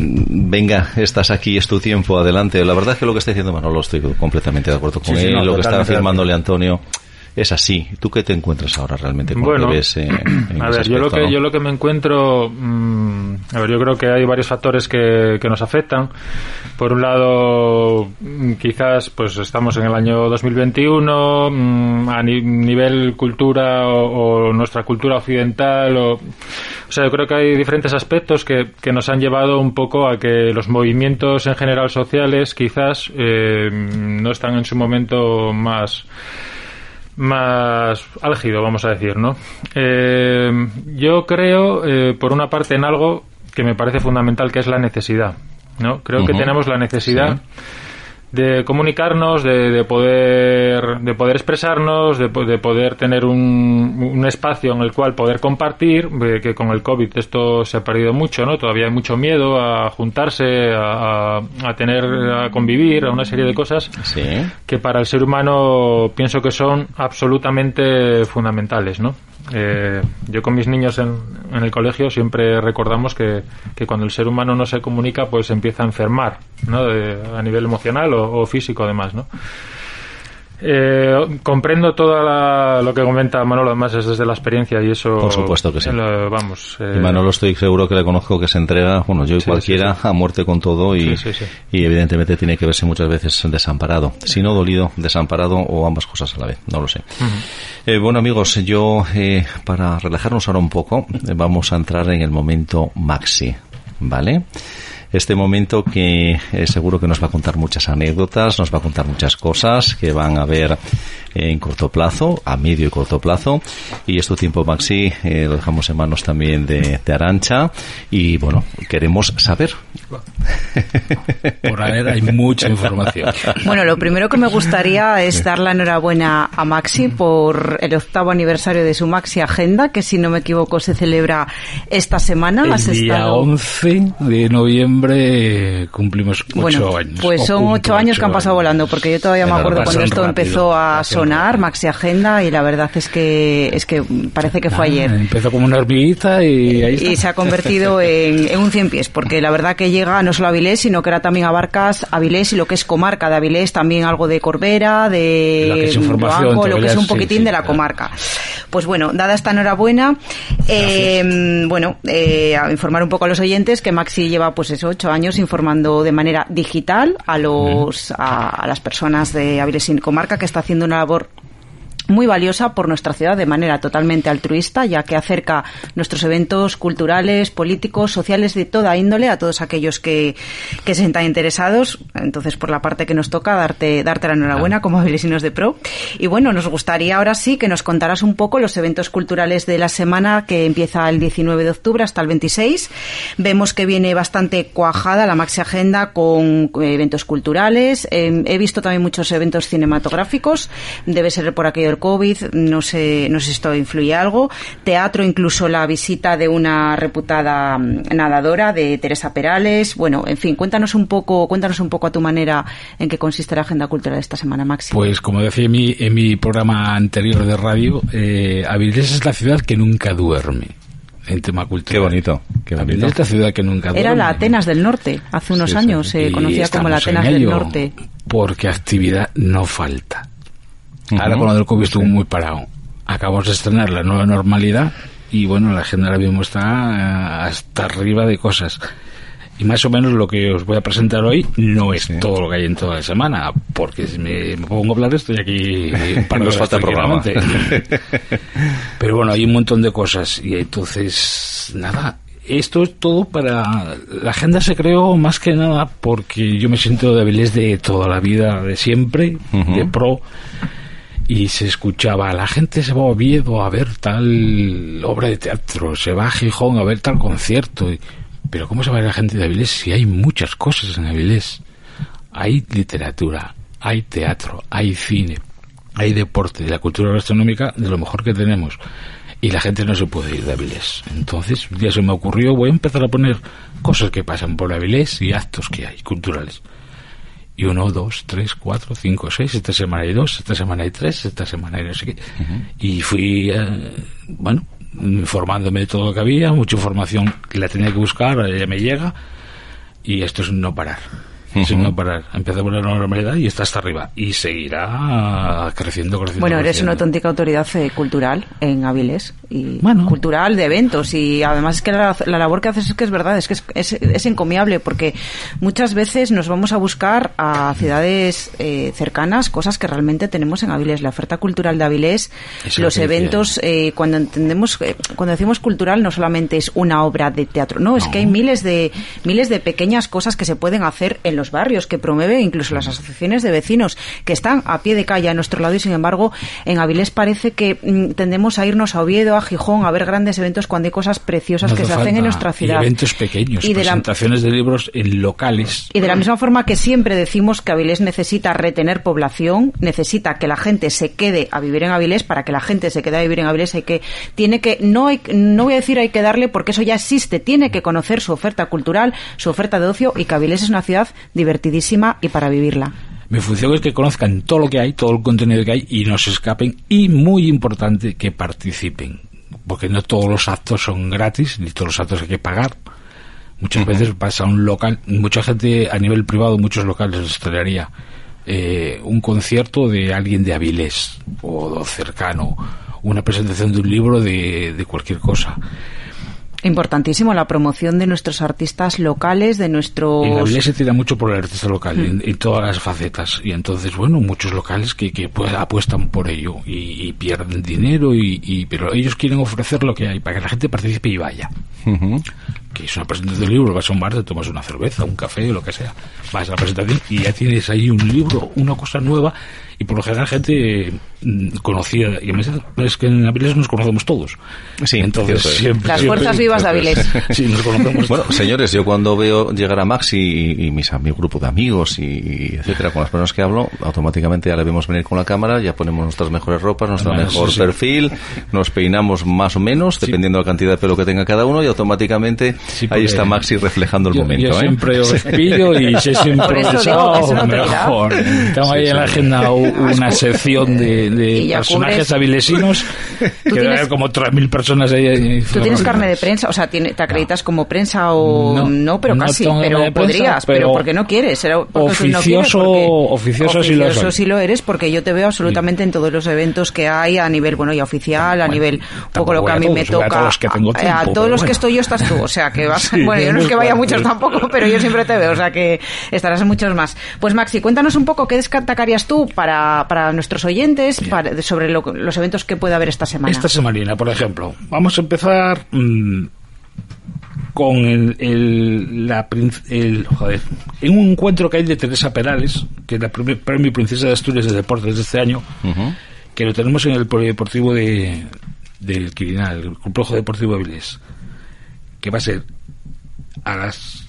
[SPEAKER 4] venga, estás aquí, es tu tiempo, adelante. La verdad es que lo que está diciendo Manolo estoy completamente de acuerdo con sí, él, sí, no, lo que está afirmándole Antonio. Es así. ¿Tú qué te encuentras ahora realmente con
[SPEAKER 7] bueno,
[SPEAKER 4] lo que ves eh, en
[SPEAKER 7] a
[SPEAKER 4] ese
[SPEAKER 7] ver,
[SPEAKER 4] aspecto,
[SPEAKER 7] yo lo que
[SPEAKER 4] ¿no?
[SPEAKER 7] yo lo que me encuentro, mmm, a ver, yo creo que hay varios factores que, que nos afectan. Por un lado, quizás, pues estamos en el año dos mil veintiuno, mmm, a ni, nivel cultura o, o nuestra cultura occidental, o, o sea, yo creo que hay diferentes aspectos que, que nos han llevado un poco a que los movimientos en general sociales, quizás, eh, no están en su momento más más álgido, vamos a decir, ¿no? Eh, yo creo, eh, por una parte, en algo que me parece fundamental, que es la necesidad, ¿no? Creo uh-huh. que tenemos la necesidad sí. de comunicarnos, de, de poder de poder expresarnos, de, de poder tener un, un espacio en el cual poder compartir, que con el COVID esto se ha perdido mucho, ¿no? Todavía hay mucho miedo a juntarse, a, a tener, a convivir, a una serie de cosas
[SPEAKER 4] sí.
[SPEAKER 7] que para el ser humano pienso que son absolutamente fundamentales, ¿no? Eh, yo con mis niños en, en el colegio siempre recordamos que, que cuando el ser humano no se comunica pues empieza a enfermar, ¿no? De, a nivel emocional o, o físico además, ¿no? Eh, pero comprendo todo lo que comenta Manolo, además es desde la experiencia y eso...
[SPEAKER 4] Por supuesto que sí.
[SPEAKER 7] Lo, vamos... Eh...
[SPEAKER 4] Y Manolo estoy seguro que le conozco que se entrega, bueno, yo y sí, cualquiera, sí, sí. a muerte con todo y, sí, sí, sí. y evidentemente tiene que verse muchas veces desamparado. Si no dolido, desamparado o ambas cosas a la vez, no lo sé. Uh-huh. Eh, bueno, amigos, yo, eh, para relajarnos ahora un poco, eh, vamos a entrar en el momento Maxi, ¿vale? Este momento que eh, seguro que nos va a contar muchas anécdotas, nos va a contar muchas cosas que van a ver en corto plazo, a medio y corto plazo. Y este tiempo, Maxi, eh, lo dejamos en manos también de, de Arantxa. Y bueno, queremos saber.
[SPEAKER 5] Por ahí hay mucha información.
[SPEAKER 9] Bueno, lo primero que me gustaría es dar la enhorabuena a Maxi por el octavo aniversario de su Maxi Agenda, que si no me equivoco se celebra esta semana.
[SPEAKER 5] El
[SPEAKER 9] Has
[SPEAKER 5] día
[SPEAKER 9] estado...
[SPEAKER 5] once de noviembre cumplimos ocho
[SPEAKER 9] bueno,
[SPEAKER 5] años.
[SPEAKER 9] Pues son ocho años que han pasado años. volando, porque yo todavía me acuerdo cuando esto rápido, empezó a sonar, Maxi Agenda, y la verdad es que es que parece que fue ah, ayer.
[SPEAKER 5] Empezó como una hormiguita y ahí está.
[SPEAKER 9] Y se ha convertido en, en un cien pies, porque la verdad que llega no solo a Avilés, sino que ahora también abarcas Avilés y lo que es comarca de Avilés, también algo de Corbera, de Loanco, lo que es un poquitín sí, sí, de la claro. comarca. Pues bueno, dada esta enhorabuena, eh, bueno, eh, a informar un poco a los oyentes que Maxi lleva pues eso, ocho años informando de manera digital a los a, a las personas de Avilés y comarca, que está haciendo una labor muy valiosa por nuestra ciudad de manera totalmente altruista, ya que acerca nuestros eventos culturales, políticos, sociales de toda índole a todos aquellos que, que se sientan interesados. Entonces, por la parte que nos toca, darte darte la enhorabuena ah. como avilesinos de pro. Y bueno, nos gustaría ahora sí que nos contaras un poco los eventos culturales de la semana, que empieza el diecinueve de octubre hasta el veintiséis. Vemos que viene bastante cuajada la Maxi Agenda con eventos culturales. Eh, he visto también muchos eventos cinematográficos. Debe ser por aquello del COVID, no sé, no sé si esto influye algo. Teatro, incluso la visita de una reputada nadadora, de Teresa Perales. Bueno, en fin, cuéntanos un poco, cuéntanos un poco a tu manera en qué consiste la agenda cultural de esta semana, Maxi.
[SPEAKER 5] Pues como decía en mi, en mi programa anterior de radio, eh, Avilés es la ciudad que nunca duerme en tema cultural.
[SPEAKER 4] Qué bonito, qué bonito.
[SPEAKER 5] Avilés es la ciudad que nunca duerme.
[SPEAKER 9] Era la Atenas del Norte, hace unos sí, años sí. se conocía como la Atenas del Norte.
[SPEAKER 5] Porque actividad no falta. Ahora con lo del COVID estuvo muy parado. Acabamos de estrenar la nueva normalidad y bueno, la agenda ahora mismo está hasta arriba de cosas. Y más o menos lo que os voy a presentar hoy no es sí. todo lo que hay en toda la semana, porque si me, me pongo a hablar estoy aquí para
[SPEAKER 4] nos falta el programa.
[SPEAKER 5] Pero bueno, hay un montón de cosas y entonces nada. Esto es todo para... La agenda se creó más que nada porque yo me siento de Avilés de toda la vida, de siempre, uh-huh. de pro... Y se escuchaba, la gente se va a Oviedo a ver tal obra de teatro, se va a Gijón a ver tal concierto. Pero ¿cómo se va a ir la gente de Avilés si hay muchas cosas en Avilés? Hay literatura, hay teatro, hay cine, hay deporte, la cultura gastronómica de lo mejor que tenemos. Y la gente no se puede ir de Avilés. Entonces, un día se me ocurrió, voy a empezar a poner cosas que pasan por Avilés y actos que hay, culturales. Y uno, dos, tres, cuatro, cinco, seis, esta semana hay dos, esta semana hay tres, esta semana hay no sé qué. Uh-huh. Y fui, eh, bueno, informándome de todo lo que había, mucha información que la tenía que buscar, ya me llega, y esto es un no parar. Uh-huh. Es un no parar. Empezó por la normalidad y está hasta arriba. Y seguirá creciendo, creciendo.
[SPEAKER 9] Bueno, eres
[SPEAKER 5] creciendo.
[SPEAKER 9] una auténtica autoridad eh, cultural en Avilés. Y
[SPEAKER 5] bueno.
[SPEAKER 9] Cultural, de eventos. Y además es que la, la labor que haces es que es verdad, es que es, es, es encomiable, porque muchas veces nos vamos a buscar a ciudades eh, cercanas cosas que realmente tenemos en Avilés. La oferta cultural de Avilés, eso los eventos, eh, cuando entendemos, eh, cuando decimos cultural, no solamente es una obra de teatro, no, es no. que hay miles de miles de pequeñas cosas que se pueden hacer en los barrios, que promueve incluso las asociaciones de vecinos que están a pie de calle a nuestro lado, y sin embargo en Avilés parece que mm, tendemos a irnos a Oviedo, a Gijón, a ver grandes eventos cuando hay cosas preciosas no que se falta. hacen en nuestra ciudad.
[SPEAKER 5] Y eventos pequeños, y presentaciones de, la... de libros en locales.
[SPEAKER 9] Y de la misma forma que siempre decimos que Avilés necesita retener población, necesita que la gente se quede a vivir en Avilés. Para que la gente se quede a vivir en Avilés hay que, tiene que, no hay, no voy a decir hay que darle, porque eso ya existe, tiene que conocer su oferta cultural, su oferta de ocio, y que Avilés es una ciudad divertidísima y para vivirla.
[SPEAKER 5] Mi función es que conozcan todo lo que hay, todo el contenido que hay, y no se escapen, y muy importante que participen, porque no todos los actos son gratis, ni todos los actos hay que pagar. Muchas uh-huh. veces vas a un local, mucha gente a nivel privado, muchos locales de hostelería eh, un concierto de alguien de Avilés o cercano, una presentación de un libro de, de cualquier cosa.
[SPEAKER 9] Importantísimo la promoción de nuestros artistas locales, de nuestros...
[SPEAKER 5] En Avilés se tira mucho por el artista local, mm. en, en todas las facetas, y entonces, bueno, muchos locales que, que pues, apuestan por ello y, y pierden dinero, y, y pero ellos quieren ofrecer lo que hay para que la gente participe y vaya. Uh-huh. Que es una presentación de libro, vas a un bar, te tomas una cerveza, un café, lo que sea, vas a la presentación y ya tienes ahí un libro, una cosa nueva, y por lo general gente mm, conocida, y es que en Avilés nos conocemos todos.
[SPEAKER 4] Sí,
[SPEAKER 5] entonces siempre,
[SPEAKER 9] las
[SPEAKER 5] siempre,
[SPEAKER 9] fuerzas vivas de Avilés.
[SPEAKER 5] Sí, nos conocemos.
[SPEAKER 4] Bueno, señores, yo cuando veo llegar a Maxi y, y mis, mi grupo de amigos y, y etcétera, con las personas que hablo, automáticamente ya le vemos venir con la cámara, ya ponemos nuestras mejores ropas, nuestro Además, mejor sí, perfil, sí. nos peinamos más o menos, sí. dependiendo de la cantidad de pelo que tenga cada uno, y automáticamente sí, ahí está Maxi reflejando el
[SPEAKER 5] yo,
[SPEAKER 4] momento.
[SPEAKER 5] Yo
[SPEAKER 4] ¿eh?
[SPEAKER 5] siempre os pillo y sé siempre improvisado, mejor. Tengo ahí sí, en la agenda una sección de, de personajes cubres. avilesinos que debe haber como tres mil personas ahí. ahí
[SPEAKER 9] ¿Tú tienes carne de prensa? O sea, ¿te acreditas no. como prensa o...? No, no pero no casi, pero prensa, podrías, pero, pero porque no quieres.
[SPEAKER 5] Oficioso,
[SPEAKER 9] no quieres porque,
[SPEAKER 5] oficioso sí lo soy.
[SPEAKER 9] sí lo eres, porque yo te veo absolutamente sí. en todos los eventos que hay a nivel, bueno, ya oficial, a bueno, nivel, un poco lo que a mí todos, me toca. A todos los que, tengo tiempo, a, a todos los bueno. que estoy yo estás tú, o sea, que vas... Sí, bueno, yo no es que vaya muchos tampoco, pero yo siempre te veo, o sea, que estarás en muchos más. Pues Maxi, cuéntanos un poco qué destacarías tú para, para nuestros oyentes para, sobre lo, los eventos que puede haber esta semana.
[SPEAKER 5] Esta semanina, por ejemplo, vamos a empezar mmm, con el, el, la, el joder, en un encuentro que hay de Teresa Perales, que es la premio Princesa de Asturias de Deportes de este año, uh-huh. que lo tenemos en el Polideportivo de del Quirinal, el Complejo Deportivo de Avilés, que va a ser a las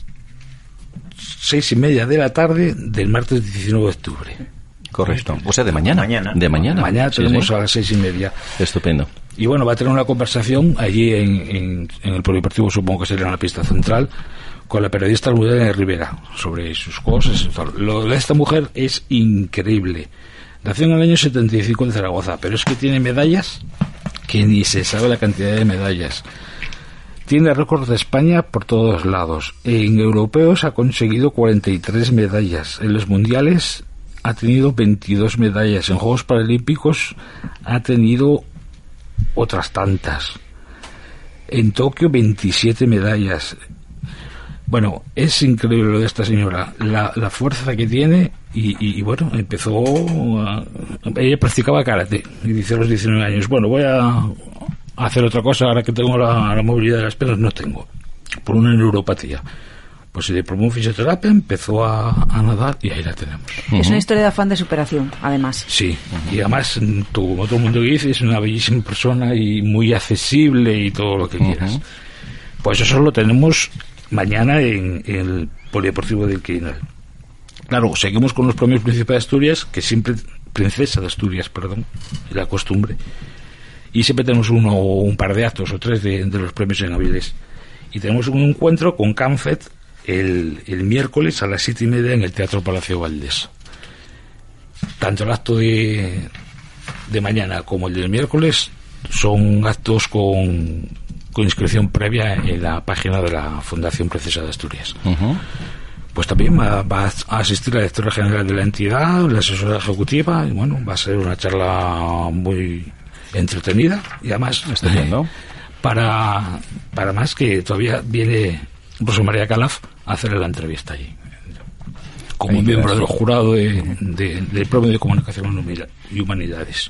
[SPEAKER 5] seis y media de la tarde del martes diecinueve de octubre.
[SPEAKER 4] Correcto. O sea, de mañana.
[SPEAKER 8] Mañana.
[SPEAKER 4] De mañana.
[SPEAKER 5] Mañana tenemos
[SPEAKER 4] sí, sí.
[SPEAKER 5] a las seis y media.
[SPEAKER 4] Estupendo.
[SPEAKER 5] Y bueno, va a tener una conversación allí en, en, en el Polideportivo, supongo que será en la pista central, con la periodista Almudena Rivera, sobre sus cosas. Lo de esta mujer es increíble. Nació en el año setenta y cinco en Zaragoza, pero es que tiene medallas que ni se sabe la cantidad de medallas. Tiene récord de España por todos lados. En europeos ha conseguido cuarenta y tres medallas. En los mundiales ha tenido veintidós medallas. En Juegos Paralímpicos ha tenido otras tantas. En Tokio veintisiete medallas. Bueno, es increíble lo de esta señora, la, la fuerza que tiene y, y, y bueno, empezó a, ella practicaba karate y dice a los diecinueve años, bueno, voy a hacer otra cosa ahora que tengo la, la movilidad de las piernas, no tengo, por una neuropatía. Pues se le probó fisioterapia, empezó a, a nadar y ahí la tenemos.
[SPEAKER 9] Es uh-huh. una historia de afán de superación, además.
[SPEAKER 5] Sí, uh-huh. y además, tú, como todo el mundo dice, es una bellísima persona y muy accesible y todo lo que uh-huh. quieras. Pues eso lo tenemos mañana en, en el Polideportivo del Quirinal. Claro, seguimos con los premios Príncipe de Asturias, que siempre, Princesa de Asturias, perdón, es la costumbre, y siempre tenemos uno o un par de actos o tres de, de los premios en Avilés. Y tenemos un encuentro con Canfet el, el miércoles a las siete y media en el Teatro Palacio Valdés. Tanto el acto de, de mañana como el del miércoles son actos con, con inscripción previa en la página de la Fundación Princesa de Asturias. Uh-huh. Pues también va, va a asistir la directora general de la entidad, la asesora ejecutiva, y bueno, va a ser una charla muy entretenida y además
[SPEAKER 4] estupendo.
[SPEAKER 5] para para más que todavía viene Rosa María Calaf a hacer la entrevista allí como Ay, miembro del jurado de, de, del Premio de Comunicación y Humanidades.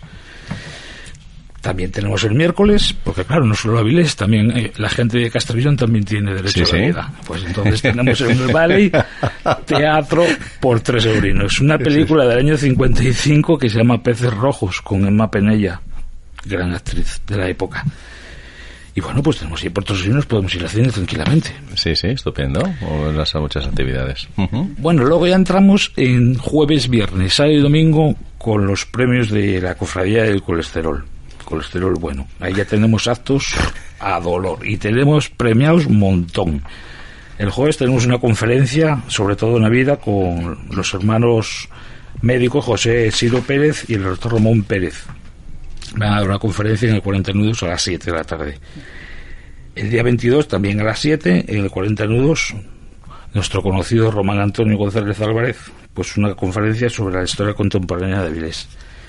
[SPEAKER 5] También tenemos el miércoles, porque claro, no solo Avilés, también eh, la gente de Castellón también tiene derecho sí, a la vida. Sí. Pues entonces tenemos en el Valley teatro por tres eurinos. Una película del año cincuenta y cinco que se llama Peces Rojos, con Emma Penella, gran actriz de la época. Y bueno, pues tenemos ahí por tres eurinos, podemos ir al cine tranquilamente.
[SPEAKER 4] Sí, sí, estupendo. O las muchas actividades. Uh-huh.
[SPEAKER 5] Bueno, luego ya entramos en jueves, viernes, sábado y domingo con los premios de la Cofradía del Colesterol. Colesterol bueno, ahí ya tenemos actos a dolor y tenemos premiados un montón. El jueves tenemos una conferencia, sobre todo en la vida, con los hermanos médicos José Siro Pérez y el doctor Ramón Pérez. Van a dar una conferencia en el cuarenta Nudos a las siete de la tarde. El día veintidós también a las siete en el cuarenta Nudos nuestro conocido Román Antonio González Álvarez, pues una conferencia sobre la historia contemporánea de Avilés.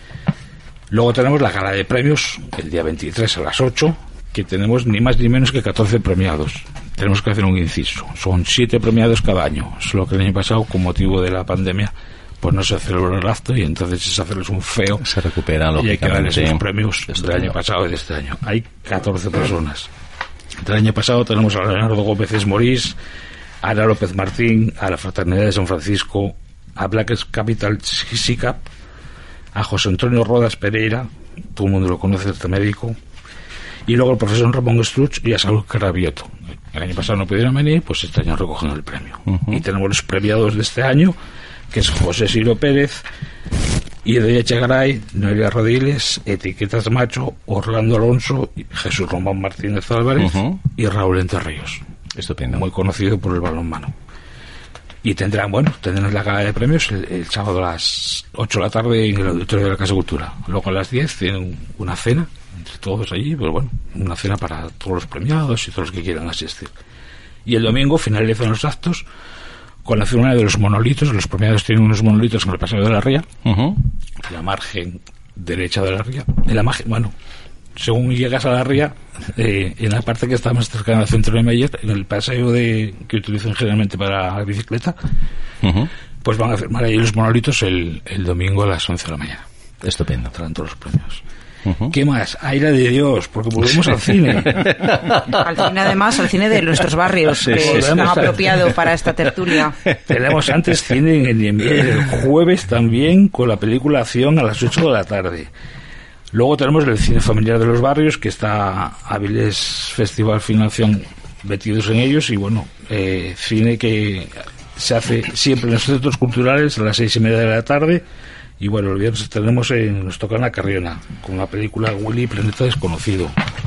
[SPEAKER 5] Luego tenemos la gala de premios, el día veintitrés a las ocho, que tenemos ni más ni menos que catorce premiados. Tenemos que hacer un inciso. Son siete premiados cada año. Solo que el año pasado, con motivo de la pandemia, pues no se celebró el acto y entonces es hacerles un feo.
[SPEAKER 4] Se recuperan,
[SPEAKER 5] y hay que darles los premios
[SPEAKER 4] este
[SPEAKER 5] del año pasado y de este año. Hay catorce personas. Del año pasado tenemos a Leonardo Gómez Esmorís, a Ana López Martín, a la Fraternidad de San Francisco, a Black Capital S I C A P, a José Antonio Rodas Pereira, todo el mundo lo conoce, este médico, y luego al profesor Ramón Struch y a Saúl Carabioto. El año pasado no pudieron venir, pues este año recogen el premio. Uh-huh. Y tenemos los premiados de este año, que es José Siro Pérez, Idoia Echegaray, Noelia Rodiles, Etiquetas Macho, Orlando Alonso, Jesús Román Martínez Álvarez uh-huh. y Raúl Enterríos.
[SPEAKER 4] Estupendo.
[SPEAKER 5] Muy conocido por el balonmano. Y tendrán, bueno, tendrán la gala de premios el, el sábado a las ocho de la tarde en el auditorio de la Casa Cultura. Luego a las diez tienen una cena entre todos allí, pero bueno, una cena para todos los premiados y todos los que quieran asistir. Y el domingo finalizan los actos con la ceremonia de los monolitos. Los premiados tienen unos monolitos en el Paseo de la Ría, uh-huh. en la margen derecha de la ría. En la margen, bueno, según llegas a la ría, eh, en la parte que está más cercana al centro de Meyer, en el paseo de que utilizan generalmente para la bicicleta, uh-huh. pues van a firmar ahí los monolitos el, el domingo a las once de la mañana.
[SPEAKER 4] Estupendo.
[SPEAKER 5] Traen todos los premios. Uh-huh. ¿Qué más? Aire de Dios, porque volvemos al cine.
[SPEAKER 9] Al cine, además, al cine de nuestros barrios, sí, que sí, es tan apropiado para esta tertulia.
[SPEAKER 5] Tenemos antes cine en el, el jueves también, con la película Acción a las ocho de la tarde. Luego tenemos el cine familiar de los barrios, que está Avilés Festival Financiación metidos en ellos, y bueno, eh, cine que se hace siempre en los centros culturales a las seis y media de la tarde. Y bueno, el viernes tenemos en, nos toca en La Carriona, con la película Willy, Planeta Desconocido.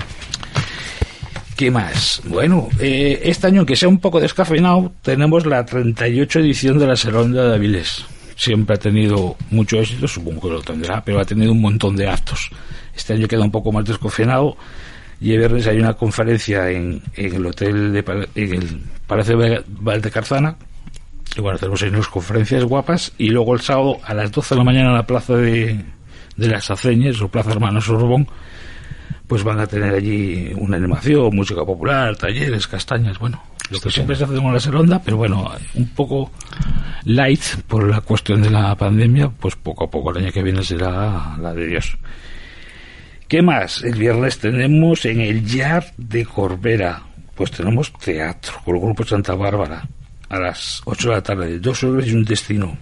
[SPEAKER 5] ¿Qué más? Bueno, eh, este año, aunque sea un poco descafeinado, tenemos la treinta y ocho edición de la Seronda de Avilés. Siempre ha tenido mucho éxito, supongo que lo tendrá, pero ha tenido un montón de actos. Este año queda un poco más desconfinado y el viernes hay una conferencia en, en el hotel de en el Palacio de Valdecarzana. Y bueno, tenemos ahí unas conferencias guapas, y luego el sábado a las doce de la mañana en la plaza de, de las Aceñes, o Plaza Hermano Sorbón, pues van a tener allí una animación, música popular, talleres, castañas, bueno, lo que siempre se hace con la Seronda, pero bueno, un poco light por la cuestión de la pandemia, pues poco a poco el año que viene será la de Dios. ¿Qué más? El viernes tenemos en el Yard de Corbera, pues tenemos teatro con el grupo Santa Bárbara a las ocho de la tarde, dos horas y un destino.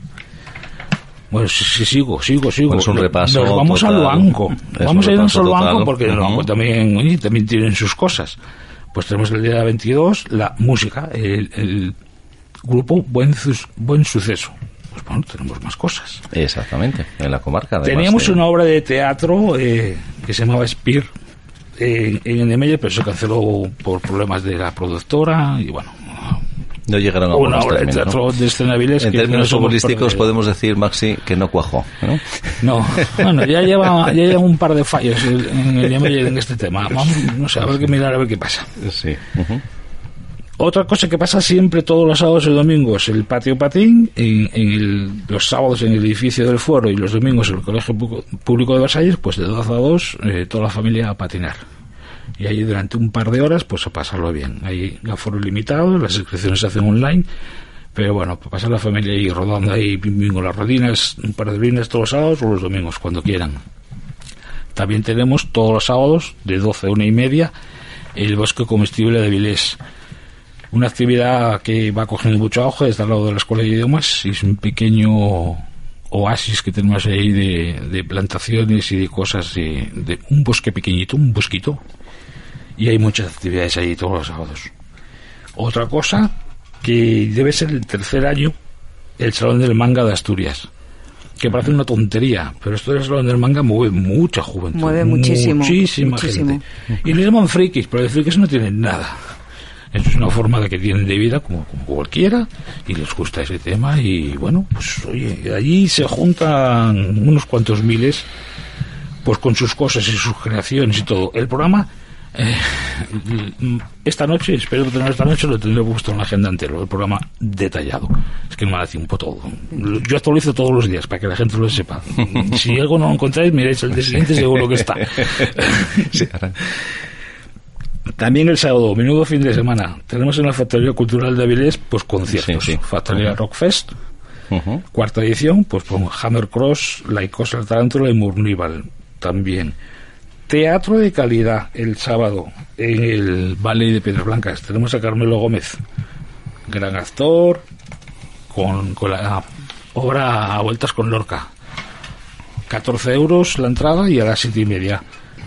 [SPEAKER 5] Bueno, sí, sí, sigo, sigo, sigo.
[SPEAKER 4] Bueno, es un repaso.
[SPEAKER 5] Nos vamos
[SPEAKER 4] total.
[SPEAKER 5] al banco.
[SPEAKER 4] Es
[SPEAKER 5] vamos a irnos al banco
[SPEAKER 4] total.
[SPEAKER 5] porque uh-huh. el banco también, oye, también tienen sus cosas. Pues tenemos el día veintidós la música, el, el grupo Buen, Buen Suceso. Pues bueno, tenemos más cosas.
[SPEAKER 4] Exactamente, en la comarca.
[SPEAKER 5] Teníamos
[SPEAKER 4] de...
[SPEAKER 5] una obra de teatro eh, que se llamaba Spear eh, en Endemeyer, pero se canceló por problemas de la productora y bueno.
[SPEAKER 4] No llegaron a
[SPEAKER 5] una
[SPEAKER 4] buenos
[SPEAKER 5] obra de
[SPEAKER 4] términos,
[SPEAKER 5] teatro
[SPEAKER 4] ¿no?
[SPEAKER 5] de escena Avilés.
[SPEAKER 4] En
[SPEAKER 5] que
[SPEAKER 4] términos
[SPEAKER 5] no
[SPEAKER 4] futbolísticos podemos decir, Maxi, que no cuajó, ¿no?
[SPEAKER 5] No, bueno, ya lleva, ya lleva un par de fallos en el Endemeyer en este tema. Vamos, no sé, a ver qué mirar, a ver qué pasa.
[SPEAKER 4] Sí. Uh-huh.
[SPEAKER 5] Otra cosa que pasa siempre todos los sábados y domingos, el patio patín, en, en el, los sábados en el edificio del Foro y los domingos en el Colegio Público de Versalles, pues de doce a dos, eh, toda la familia a patinar. Y ahí durante un par de horas, pues a pasarlo bien. Hay aforo limitado, las inscripciones se hacen online, pero bueno, para pasar la familia ahí rodando ahí, pim, pim, con las rodinas, un par de rodinas todos los sábados o los domingos, cuando quieran. También tenemos todos los sábados, de doce a una y media, el Bosque Comestible de Avilés. Una actividad que va cogiendo mucho auge desde al lado de la Escuela de Idiomas, y es un pequeño oasis que tenemos ahí de, de plantaciones y de cosas, de, de un bosque pequeñito, un bosquito, y hay muchas actividades ahí todos los sábados. Otra cosa que debe ser el tercer año, el Salón del Manga de Asturias, que parece una tontería, pero esto del Salón del Manga mueve mucha juventud,
[SPEAKER 9] mueve muchísimo,
[SPEAKER 5] muchísima
[SPEAKER 9] muchísimo.
[SPEAKER 5] gente, y le llaman frikis, pero de frikis no tienen nada. Eso es una forma de que tienen de vida como, como cualquiera, y les gusta ese tema, y bueno, pues oye, allí se juntan unos cuantos miles, pues con sus cosas y sus creaciones y todo. El programa Eh, esta noche, espero tener esta noche, lo tendré puesto en la agenda entero, el programa detallado. Es que no me da tiempo todo. Yo actualizo todos los días para que la gente lo sepa. Si algo no lo encontráis, miréis el día siguiente, seguro que está. Sí. También el sábado, menudo fin de semana, tenemos en la Factoría Cultural de Avilés pues conciertos. Sí, sí. Factoría uh-huh. Rock Fest, uh-huh. cuarta edición, pues con Hammer Cross, Laicosa el Tarántula y Murníbal. También teatro de calidad el sábado en el Valle de Piedras Blancas. Tenemos a Carmelo Gómez, gran actor, con, con la obra A Vueltas con Lorca. catorce euros la entrada y a las siete y media.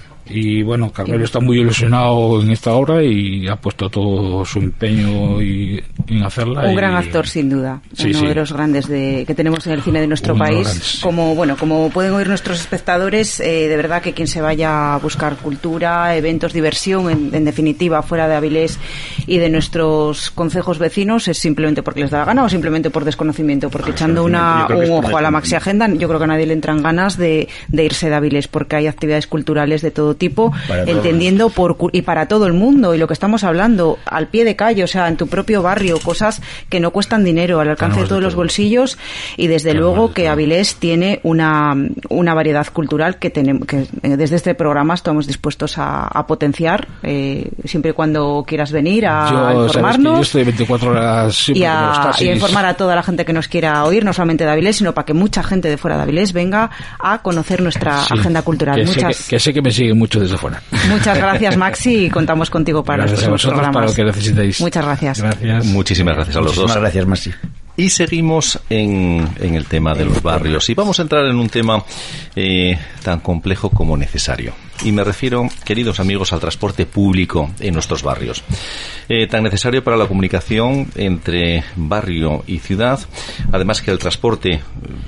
[SPEAKER 5] Y bueno, Carmelo está muy ilusionado en esta obra y ha puesto todo su empeño y, en hacerla.
[SPEAKER 9] Un
[SPEAKER 5] y,
[SPEAKER 9] gran actor, sin duda.
[SPEAKER 5] Sí,
[SPEAKER 9] uno
[SPEAKER 5] sí.
[SPEAKER 9] de los grandes de, que tenemos en el cine de nuestro
[SPEAKER 5] Uno
[SPEAKER 9] país.
[SPEAKER 5] grandes.
[SPEAKER 9] Como bueno, como pueden oír nuestros espectadores, eh, de verdad que quien se vaya a buscar cultura, eventos, diversión, en, en definitiva, fuera de Avilés y de nuestros concejos vecinos, es simplemente porque les da la gana o simplemente por desconocimiento. Porque echando una, un ojo a la maxi agenda, yo creo que a nadie le entran ganas de, de irse de Avilés, porque hay actividades culturales de todo tipo, para entendiendo por y para todo el mundo, y lo que estamos hablando al pie de calle, o sea, en tu propio barrio, cosas que no cuestan dinero, al alcance de todos los bolsillos, y desde luego que Avilés tiene una, una variedad cultural que tenemos, que desde este programa estamos dispuestos a, a potenciar, eh, siempre y cuando quieras venir a,
[SPEAKER 5] yo,
[SPEAKER 9] a informarnos
[SPEAKER 5] yo estoy veinticuatro horas
[SPEAKER 9] y a, y a informar a toda la gente que nos quiera oír, no solamente de Avilés, sino para que mucha gente de fuera de Avilés venga a conocer nuestra sí, agenda cultural.
[SPEAKER 5] Que
[SPEAKER 9] Muchas...
[SPEAKER 5] sé que, que sé que me siguen mucho desde fuera.
[SPEAKER 9] Muchas gracias, Maxi, y contamos contigo para
[SPEAKER 5] gracias
[SPEAKER 9] los
[SPEAKER 5] próximos programas.
[SPEAKER 9] Para
[SPEAKER 5] lo que necesitéis.
[SPEAKER 9] Muchas gracias.
[SPEAKER 5] Gracias.
[SPEAKER 4] Muchísimas gracias a los
[SPEAKER 8] Muchísimas
[SPEAKER 4] dos.
[SPEAKER 8] Gracias, Maxi.
[SPEAKER 4] Y seguimos en, en el tema de los barrios. Y vamos a entrar en un tema eh, tan complejo como necesario. Y me refiero, queridos amigos, al transporte público en nuestros barrios. Eh, tan necesario para la comunicación entre barrio y ciudad. Además que el transporte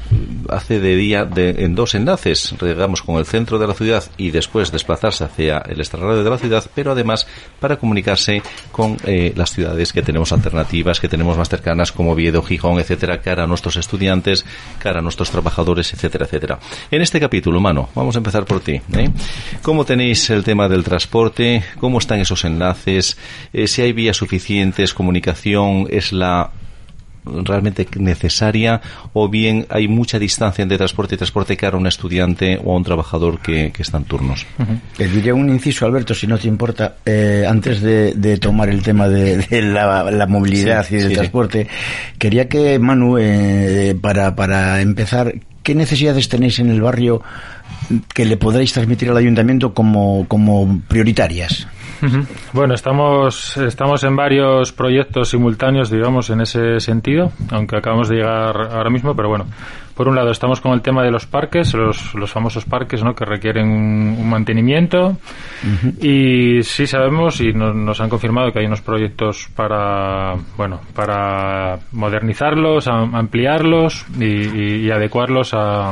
[SPEAKER 4] hace de día de, en dos enlaces, digamos, con el centro de la ciudad y después desplazarse hacia el extrarradio de la ciudad, pero además para comunicarse con eh, las ciudades que tenemos alternativas, que tenemos más cercanas, como Oviedo, Gijón, etcétera, cara a nuestros estudiantes, cara a nuestros trabajadores, etcétera, etcétera. En este capítulo, Mano, vamos a empezar por ti, ¿eh? ¿Cómo tenéis el tema del transporte? ¿Cómo están esos enlaces? Eh, si hay vías suficientes, comunicación es la realmente necesaria, o bien hay mucha distancia entre transporte y transporte cara a un estudiante o a un trabajador que, que está en turnos.
[SPEAKER 8] Uh-huh. Te diré un inciso, Alberto, si no te importa, eh, antes de, de tomar el tema de, de la, la movilidad sí, y del sí, transporte, sí. Quería que, Manu, eh, para, para empezar, ¿qué necesidades tenéis en el barrio que le podréis transmitir al ayuntamiento como, como prioritarias?
[SPEAKER 7] Bueno, estamos estamos en varios proyectos simultáneos, digamos, en ese sentido, aunque acabamos de llegar ahora mismo, pero bueno, por un lado estamos con el tema de los parques, los, los famosos parques, ¿no?, que requieren un, un mantenimiento, uh-huh. Y sí sabemos y nos, nos han confirmado que hay unos proyectos para, bueno, para modernizarlos, a, ampliarlos y, y, y adecuarlos a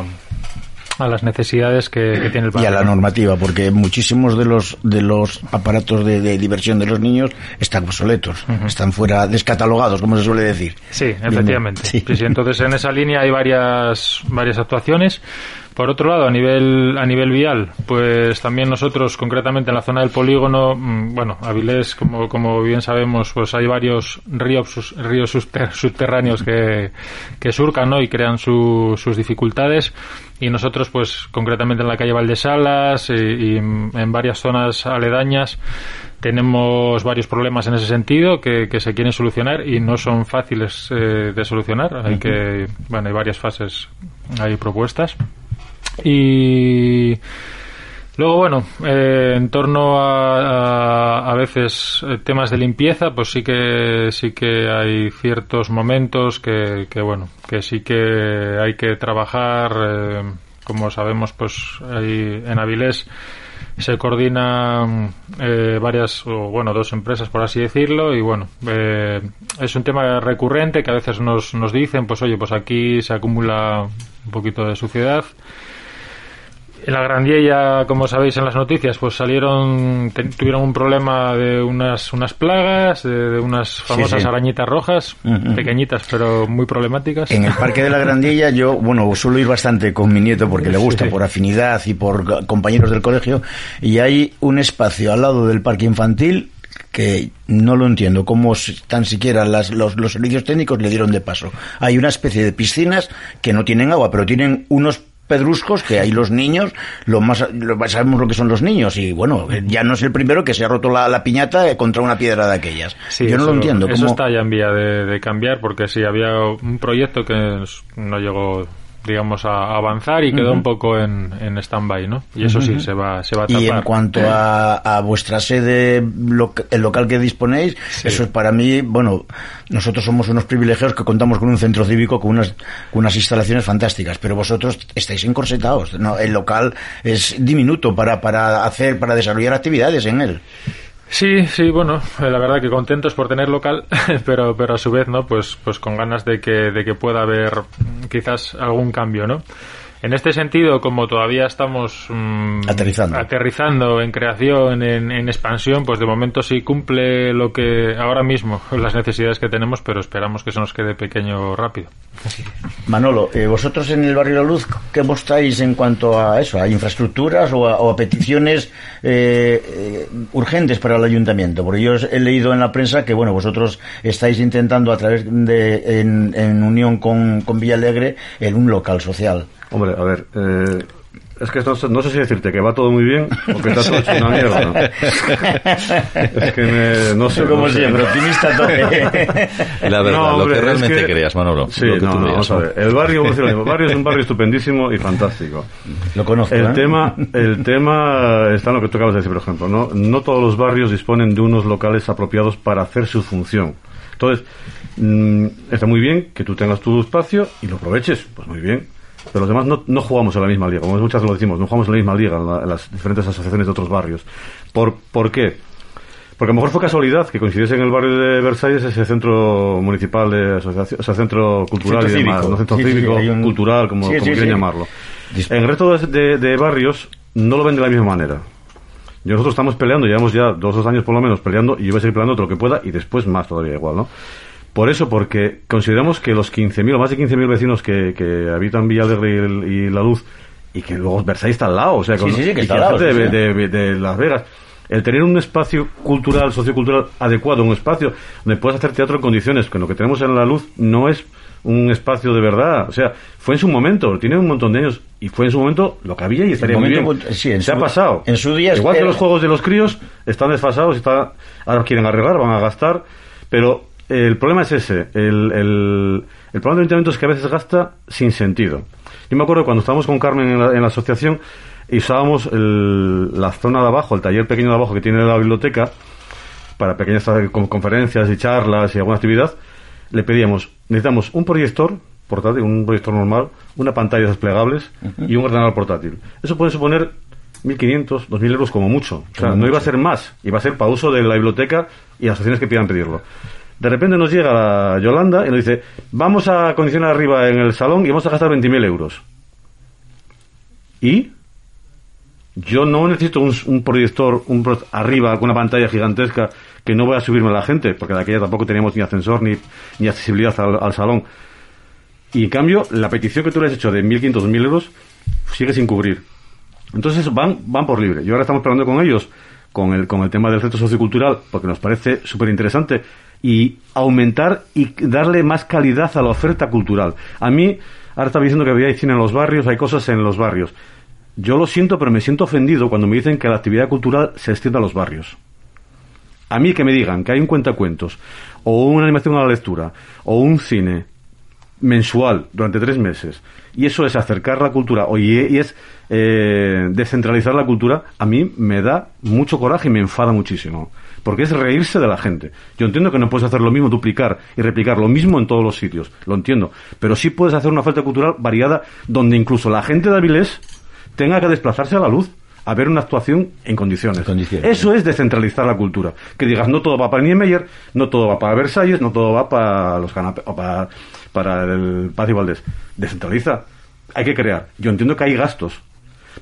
[SPEAKER 7] a las necesidades que, que tiene el barrio.
[SPEAKER 8] Y a la normativa, porque muchísimos de los de los aparatos de, de diversión de los niños están obsoletos, uh-huh. están fuera, descatalogados, como se suele decir.
[SPEAKER 7] Sí, efectivamente. Sí. Sí, sí, entonces en esa línea hay varias varias actuaciones. Por otro lado, a nivel a nivel vial, pues también nosotros, concretamente en la zona del polígono, bueno, Avilés, como como bien sabemos, pues hay varios ríos ríos subterráneos que, que surcan, ¿no?, y crean su, sus dificultades, y nosotros, pues concretamente en la calle Valdesalas y, y en varias zonas aledañas tenemos varios problemas en ese sentido que, que se quieren solucionar y no son fáciles eh, de solucionar. Hay que, bueno, hay varias fases, hay propuestas. Y luego, bueno, eh, en torno a, a, a veces eh, temas de limpieza, pues sí que sí que hay ciertos momentos que, que bueno, que sí que hay que trabajar. Eh, como sabemos, pues hay, en Avilés se coordinan eh, varias, o bueno, dos empresas, por así decirlo, y bueno, eh, es un tema recurrente que a veces nos, nos dicen, pues oye, pues aquí se acumula un poquito de suciedad. En la Grandilla, como sabéis en las noticias, pues salieron, te, tuvieron un problema de unas unas plagas, de, de unas famosas sí, sí. arañitas rojas, uh-huh. pequeñitas pero muy problemáticas.
[SPEAKER 8] En el Parque de la Grandilla yo, bueno, suelo ir bastante con mi nieto porque le gusta, sí. por afinidad y por compañeros del colegio, y hay un espacio al lado del parque infantil que no lo entiendo, cómo tan siquiera las, los, los servicios técnicos le dieron de paso. Hay una especie de piscinas que no tienen agua, pero tienen unos pedruscos que hay los niños, lo más lo, sabemos lo que son los niños, y bueno, ya no es el primero que se ha roto la, la piñata contra una piedra de aquellas. Sí, yo no
[SPEAKER 7] eso,
[SPEAKER 8] lo entiendo.
[SPEAKER 7] Eso
[SPEAKER 8] ¿cómo?
[SPEAKER 7] Está ya en vía de, de cambiar, porque sí, había un proyecto que no llegó, digamos, a avanzar y quedó uh-huh. un poco en, en stand-by, ¿no? Y eso uh-huh. sí, se va, se va a tapar.
[SPEAKER 8] Y en cuanto a, a vuestra sede, loca, el local que disponéis, sí. eso es para mí, bueno, nosotros somos unos privilegiados que contamos con un centro cívico con unas, con unas instalaciones fantásticas, pero vosotros estáis encorsetados, ¿no? El local es diminuto para, para hacer, para desarrollar actividades en él.
[SPEAKER 7] Sí, sí, bueno, la verdad que contentos por tener local, pero pero a su vez, ¿no? Pues pues con ganas de que de que pueda haber quizás algún cambio, ¿no? En este sentido, como todavía estamos mmm,
[SPEAKER 8] aterrizando.
[SPEAKER 7] aterrizando en creación, en, en expansión, pues de momento sí cumple lo que ahora mismo, las necesidades que tenemos, pero esperamos que se nos quede pequeño rápido.
[SPEAKER 8] Manolo, eh, vosotros en el Barrio La Luz, ¿qué mostráis en cuanto a eso, a infraestructuras o a, o a peticiones eh, eh, urgentes para el ayuntamiento? Porque yo he leído en la prensa que, bueno, vosotros estáis intentando a través de, en, en unión con, con Villalegre, en un local social.
[SPEAKER 6] Hombre, a ver, eh, es que no, no sé si decirte que va todo muy bien o que está todo hecho una mierda, ¿no? Es que me, no sé.
[SPEAKER 8] Como
[SPEAKER 6] no sé.
[SPEAKER 8] siempre, optimista tope.
[SPEAKER 4] La verdad,
[SPEAKER 6] no, hombre,
[SPEAKER 4] lo que realmente
[SPEAKER 6] es que,
[SPEAKER 4] creas, Manolo.
[SPEAKER 6] Sí,
[SPEAKER 4] lo que
[SPEAKER 6] no,
[SPEAKER 4] tú
[SPEAKER 6] no,
[SPEAKER 4] veas,
[SPEAKER 6] vamos a ver. El barrio, el barrio es un barrio estupendísimo y fantástico.
[SPEAKER 8] Lo conozco,
[SPEAKER 6] El
[SPEAKER 8] ¿eh?
[SPEAKER 6] tema, el tema está en lo que tú acabas de decir, por ejemplo, ¿no? No todos los barrios disponen de unos locales apropiados para hacer su función. Entonces, mmm, está muy bien que tú tengas tu espacio y lo aproveches, pues muy bien. Pero los demás no, no jugamos en la misma liga, como muchas veces lo decimos, no jugamos en la misma liga, en, la, en las diferentes asociaciones de otros barrios. ¿Por, ¿Por qué? Porque a lo mejor fue casualidad que coincidiese en el barrio de Versalles ese centro municipal de asociación, o sea, centro cultural centro y demás, cívico. ¿no? Centro sí, cívico, sí, un... cultural, como,
[SPEAKER 8] sí,
[SPEAKER 6] como
[SPEAKER 8] sí,
[SPEAKER 6] quieran
[SPEAKER 8] sí.
[SPEAKER 6] llamarlo. En el resto de, de, de barrios no lo ven de la misma manera. Y nosotros estamos peleando, llevamos ya dos o dos años por lo menos peleando, y yo voy a seguir peleando todo lo que pueda, y después más todavía igual, ¿no? Por eso, porque consideramos que los quince mil o más de quince mil vecinos que, que habitan Villalegre y, el, y La Luz, y que luego Versailles está al lado, o sea, con,
[SPEAKER 8] sí, sí, que
[SPEAKER 6] y
[SPEAKER 8] está
[SPEAKER 6] que
[SPEAKER 8] al lado,
[SPEAKER 6] de,
[SPEAKER 8] sí,
[SPEAKER 6] de, de, de Las Vegas, el tener un espacio cultural, sociocultural adecuado, un espacio donde puedas hacer teatro en condiciones, que lo que tenemos en La Luz no es un espacio de verdad, o sea, fue en su momento, tiene un montón de años, y fue en su momento lo que había y estaría muy bien.
[SPEAKER 8] Sí, en
[SPEAKER 6] se
[SPEAKER 8] su,
[SPEAKER 6] ha pasado.
[SPEAKER 8] En su día
[SPEAKER 6] igual
[SPEAKER 8] era...
[SPEAKER 6] que los juegos de los críos están desfasados, está, ahora quieren arreglar, van a gastar, pero el problema es ese, el, el, el problema del ayuntamiento es que a veces gasta sin sentido. Yo me acuerdo cuando estábamos con Carmen en la, en la asociación y usábamos el, la zona de abajo, el taller pequeño de abajo que tiene la biblioteca para pequeñas conferencias y charlas y alguna actividad, le pedíamos, necesitamos un proyector portátil, un proyector normal, una pantalla desplegables uh-huh. y un ordenador portátil. Eso puede suponer mil quinientos, dos mil euros como mucho. O sea, como no mucho. Iba a ser más, iba a ser para uso de la biblioteca y las asociaciones que pidan pedirlo. De repente nos llega la Yolanda y nos dice, vamos a acondicionar arriba en el salón y vamos a gastar veinte mil euros. ¿Y? Yo no necesito un, un proyector un pro, arriba con una pantalla gigantesca que no voy a subirme a la gente, porque de aquella tampoco teníamos ni ascensor ni, ni accesibilidad al, al salón. Y en cambio, la petición que tú le has hecho de mil quinientos, dos mil euros sigue sin cubrir. Entonces van, van por libre. Y ahora estamos hablando con ellos con el, con el tema del centro sociocultural, porque nos parece súper interesante, y aumentar y darle más calidad a la oferta cultural. A mí, ahora estaba diciendo que había cine en los barrios, hay cosas en los barrios. Yo lo siento, pero me siento ofendido cuando me dicen que la actividad cultural se extiende a los barrios. A mí que me digan que hay un cuentacuentos, o una animación a la lectura, o un cine mensual durante tres meses, y eso es acercar la cultura, o y, y es eh, descentralizar la cultura, a mí me da mucho coraje y me enfada muchísimo, porque es reírse de la gente. Yo entiendo que no puedes hacer lo mismo, duplicar y replicar lo mismo en todos los sitios, lo entiendo, pero sí puedes hacer una oferta cultural variada, donde incluso la gente de Avilés tenga que desplazarse a La Luz a ver una actuación en condiciones. condiciones. Eso es descentralizar la cultura. Que digas, no todo va para Niemeyer, no todo va para Versalles, no todo va para los canapés, o para, para el Paz y Valdés. Descentraliza. Hay que crear. Yo entiendo que hay gastos,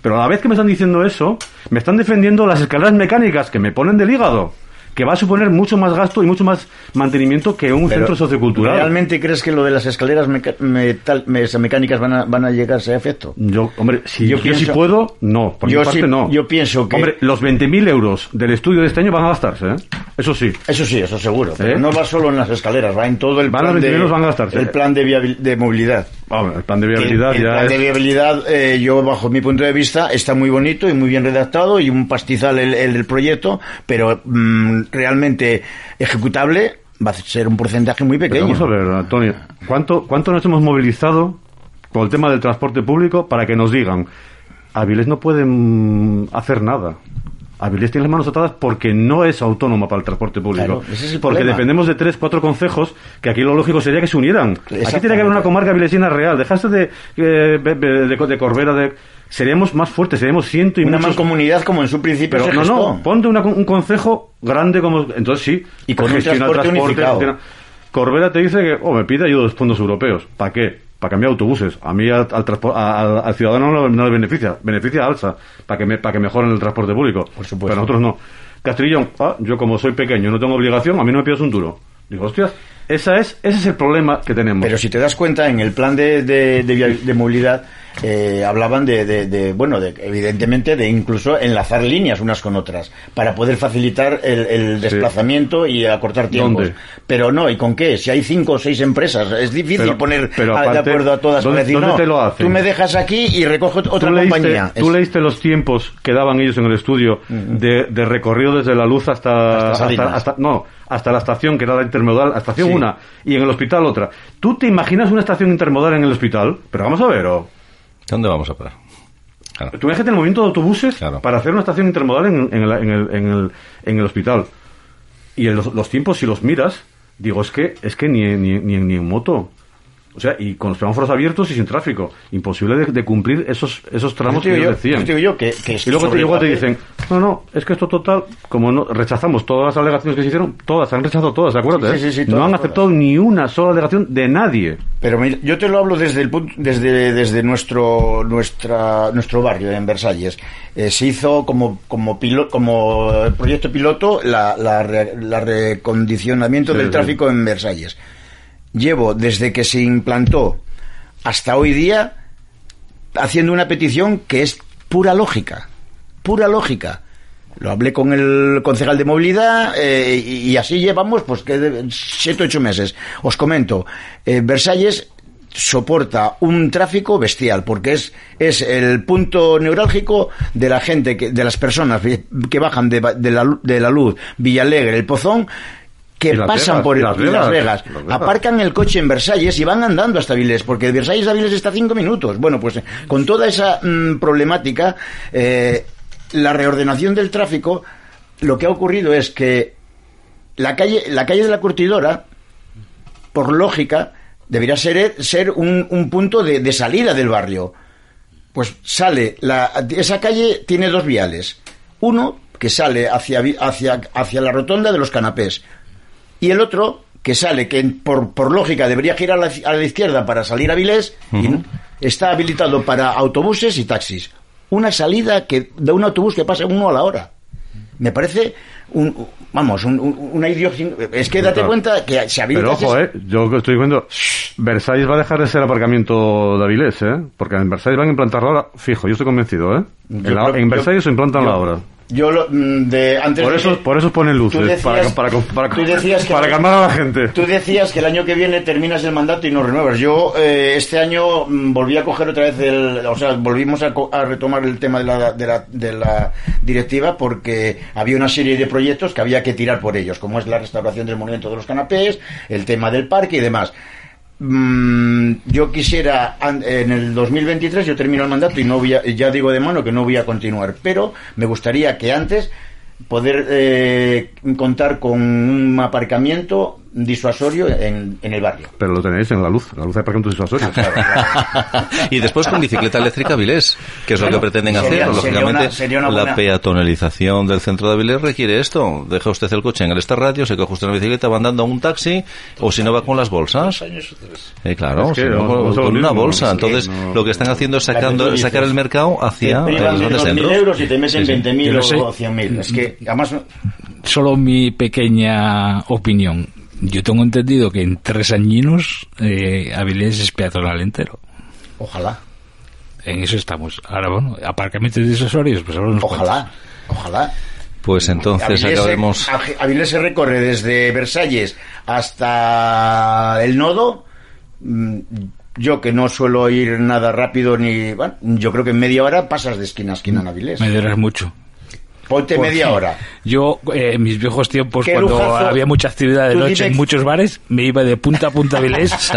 [SPEAKER 6] Pero a la vez que me están diciendo eso, me están defendiendo las escaleras mecánicas que me ponen del hígado, que va a suponer mucho más gasto y mucho más mantenimiento que un Pero, centro sociocultural.
[SPEAKER 8] ¿Realmente crees que lo de las escaleras meca metal mecánicas van a, van a llegarse a efecto?
[SPEAKER 6] Yo, hombre, si yo, yo pienso, si puedo, no. Por
[SPEAKER 8] yo
[SPEAKER 6] mi parte,
[SPEAKER 8] sí,
[SPEAKER 6] no.
[SPEAKER 8] Yo pienso que...
[SPEAKER 6] Hombre, los veinte mil euros del estudio de este año van a gastarse, ¿eh? Eso sí.
[SPEAKER 8] Eso sí, eso seguro.
[SPEAKER 6] ¿Eh?
[SPEAKER 8] Pero no va solo en las escaleras, va en todo el
[SPEAKER 6] van
[SPEAKER 8] plan,
[SPEAKER 6] los
[SPEAKER 8] de,
[SPEAKER 6] van a gastarse.
[SPEAKER 8] el plan de, viabil de movilidad.
[SPEAKER 6] Bueno, el plan de viabilidad
[SPEAKER 8] el, el
[SPEAKER 6] ya
[SPEAKER 8] plan
[SPEAKER 6] es...
[SPEAKER 8] de viabilidad, eh, yo bajo mi punto de vista, está muy bonito y muy bien redactado y un pastizal el, el, el proyecto, pero mmm, realmente ejecutable va a ser un porcentaje muy pequeño.
[SPEAKER 6] Pero vamos a ver, Antonio, ¿cuánto, ¿cuánto nos hemos movilizado con el tema del transporte público para que nos digan Avilés no puede mm, hacer nada? Avilés tiene las manos atadas porque no es autónoma para el transporte público.
[SPEAKER 8] Claro, ese es el
[SPEAKER 6] porque
[SPEAKER 8] problema.
[SPEAKER 6] Dependemos de tres, cuatro concejos que aquí lo lógico sería que se unieran. Aquí tiene que haber una comarca avilesina real. Dejaste de, de, de, de, de Corbera, de... seríamos más fuertes, seríamos ciento y
[SPEAKER 8] una
[SPEAKER 6] muchos...
[SPEAKER 8] mancomunidad como en su principio
[SPEAKER 6] pero
[SPEAKER 8] se
[SPEAKER 6] no,
[SPEAKER 8] gestó.
[SPEAKER 6] no, ponte una, un concejo grande como... Entonces sí,
[SPEAKER 8] y con un transporte, transporte unificado.
[SPEAKER 6] Gestiona... Corbera te dice que, oh, me pide ayuda de los fondos europeos. ¿Para qué? Para cambiar autobuses. A mí al, al, al, al ciudadano no, no le beneficia. Beneficia a Alsa para que, me, para que mejoren el transporte público.
[SPEAKER 8] Por supuesto.
[SPEAKER 6] Pero nosotros no. Castrillón, ah, yo como soy pequeño no tengo obligación, a mí no me pidas un duro. Digo, hostias, esa es, ese es el problema que tenemos.
[SPEAKER 8] Pero si te das cuenta, en el plan de, de, de, de movilidad eh, hablaban de, de, de, bueno, de, evidentemente de incluso enlazar líneas unas con otras para poder facilitar el, el desplazamiento sí. y acortar tiempos.
[SPEAKER 6] ¿Dónde?
[SPEAKER 8] Pero no, ¿y con qué? Si hay cinco o seis empresas, es difícil
[SPEAKER 6] pero,
[SPEAKER 8] poner
[SPEAKER 6] pero
[SPEAKER 8] a,
[SPEAKER 6] aparte,
[SPEAKER 8] de acuerdo a todas.
[SPEAKER 6] ¿Dónde,
[SPEAKER 8] decir,
[SPEAKER 6] ¿dónde
[SPEAKER 8] no,
[SPEAKER 6] te lo hacen?
[SPEAKER 8] Tú me dejas aquí y recojo otra
[SPEAKER 6] ¿Tú
[SPEAKER 8] compañía.
[SPEAKER 6] Leíste, ¿Tú
[SPEAKER 8] es...
[SPEAKER 6] leíste los tiempos que daban ellos en el estudio uh-huh. de, de recorrido desde la luz hasta,
[SPEAKER 8] hasta,
[SPEAKER 6] hasta, hasta no hasta la estación, que era la intermodal, la estación sí. una, y en el hospital otra? ¿Tú te imaginas una estación intermodal en el hospital? Pero vamos a ver, ¿o?
[SPEAKER 4] ¿Dónde vamos a parar?
[SPEAKER 6] Claro. Tú imagínate el movimiento de autobuses claro. para hacer una estación intermodal en, en, el, en, el, en, el, en el hospital. Y en los, los tiempos, si los miras, digo, es que es que ni, ni, ni, ni en moto. O sea, y con los semáforos abiertos y sin tráfico. Imposible de, de cumplir esos esos tramos que ellos decían.
[SPEAKER 8] Digo yo que, que
[SPEAKER 6] y luego te, luego te dicen, no, no, es que esto total, como no rechazamos todas las alegaciones que se hicieron, todas, han rechazado todas, ¿de acuerdo?
[SPEAKER 8] Sí, sí, sí,
[SPEAKER 6] no
[SPEAKER 8] todas,
[SPEAKER 6] han aceptado todas. Ni una sola alegación de nadie.
[SPEAKER 8] Pero mira, yo te lo hablo desde el punto, desde desde nuestro nuestra nuestro barrio en Versalles. Eh, se hizo como como piloto, como proyecto piloto la la, re, la recondicionamiento sí, del sí. tráfico en Versalles. Llevo desde que se implantó hasta hoy día haciendo una petición que es pura lógica, pura lógica. Lo hablé con el concejal de movilidad eh, y, y así llevamos pues que siete ocho meses. Os comento, eh, Versalles soporta un tráfico bestial porque es es el punto neurálgico de la gente, que, de las personas que bajan de, de, la, de la Luz, Villalegre, El Pozón, que pasan Vegas, por el, las, Vegas, las, Vegas, las Vegas, aparcan el coche en Versalles y van andando hasta Avilés, porque de Versalles a Avilés está a cinco minutos. Bueno, pues con toda esa mmm, problemática, eh, la reordenación del tráfico, lo que ha ocurrido es que la calle, la calle de la Curtidora, por lógica, debería ser, ser un, un punto de, de salida del barrio. Pues sale, la, esa calle tiene dos viales. Uno que sale hacia, hacia, hacia la rotonda de los canapés. Y el otro, que sale, que por, por lógica debería girar a la, a la izquierda para salir a Avilés, uh-huh. y está habilitado para autobuses y taxis. Una salida que de un autobús que pasa uno a la hora. Me parece, un, vamos, un, un, una idiosincrasia. Es que date claro. cuenta que se habilita...
[SPEAKER 6] Pero ojo, eh, yo estoy viendo... Versalles va a dejar de ser aparcamiento de Avilés, eh, porque en Versalles van a implantar la hora, fijo, yo estoy convencido, eh. En, la, en Versalles se implantan yo, la hora.
[SPEAKER 8] Yo lo, de antes
[SPEAKER 6] por
[SPEAKER 8] de
[SPEAKER 6] eso
[SPEAKER 8] que,
[SPEAKER 6] por eso ponen luces decías, para para para, para,
[SPEAKER 8] que
[SPEAKER 6] para calmar a la gente.
[SPEAKER 8] Tú decías que el año que viene terminas el mandato y no renuevas. Yo eh, este año mm, volví a coger otra vez el, o sea, volvimos a, a retomar el tema de la, de la de la directiva porque había una serie de proyectos que había que tirar por ellos, como es la restauración del monumento de los canapés, el tema del parque y demás. Mm, yo quisiera en el dos mil veintitrés yo termino el mandato y no voy a, ya digo de mano que no voy a continuar, pero me gustaría que antes poder eh, contar con un aparcamiento disuasorio en, en el barrio.
[SPEAKER 6] Pero lo tenéis en la luz, la luz hay aparcamiento disuasorio.
[SPEAKER 8] Claro, claro.
[SPEAKER 4] Y después con bicicleta eléctrica Avilés, que es bueno, lo que pretenden
[SPEAKER 8] sería,
[SPEAKER 4] hacer.
[SPEAKER 8] Sería
[SPEAKER 4] Lógicamente,
[SPEAKER 8] una, sería una buena...
[SPEAKER 4] la peatonalización del centro de Avilés requiere esto. Deja usted el coche en el Star Radio, se coge usted una bicicleta, va andando a un taxi, o si no va con las bolsas. Eh, claro,
[SPEAKER 6] es que
[SPEAKER 4] si no,
[SPEAKER 6] no,
[SPEAKER 4] con,
[SPEAKER 6] no
[SPEAKER 4] con una
[SPEAKER 6] mismo,
[SPEAKER 4] bolsa.
[SPEAKER 6] Es
[SPEAKER 4] Entonces,
[SPEAKER 6] no...
[SPEAKER 4] lo que están haciendo es sacando, sacar el mercado hacia
[SPEAKER 8] los
[SPEAKER 4] grandes centros.
[SPEAKER 8] euros y te meten
[SPEAKER 4] Sí, sí.
[SPEAKER 8] veinte mil
[SPEAKER 5] Yo no sé.
[SPEAKER 8] o cien mil. Es que, además...
[SPEAKER 5] Solo mi pequeña opinión. Yo tengo entendido que en tres añinos eh, Avilés es peatonal entero.
[SPEAKER 8] Ojalá.
[SPEAKER 5] En eso estamos. Ahora, bueno, aparcamientos disuasorios, pues ahora unos
[SPEAKER 8] Ojalá, ojalá.
[SPEAKER 4] Pues entonces
[SPEAKER 8] Avilés
[SPEAKER 4] acabaremos...
[SPEAKER 8] se, Avilés se recorre desde Versalles hasta el Nodo. Yo que no suelo ir nada rápido ni... Bueno, yo creo que en media hora pasas de esquina a esquina en Avilés.
[SPEAKER 5] media hora es mucho.
[SPEAKER 8] Ponte
[SPEAKER 5] Porque
[SPEAKER 8] media hora.
[SPEAKER 5] Yo, eh, en mis viejos tiempos,
[SPEAKER 8] Qué
[SPEAKER 5] cuando
[SPEAKER 8] lujazo.
[SPEAKER 5] había mucha actividad de
[SPEAKER 8] Tú
[SPEAKER 5] noche
[SPEAKER 8] dices-
[SPEAKER 5] en muchos bares, me iba de punta a punta a Avilés.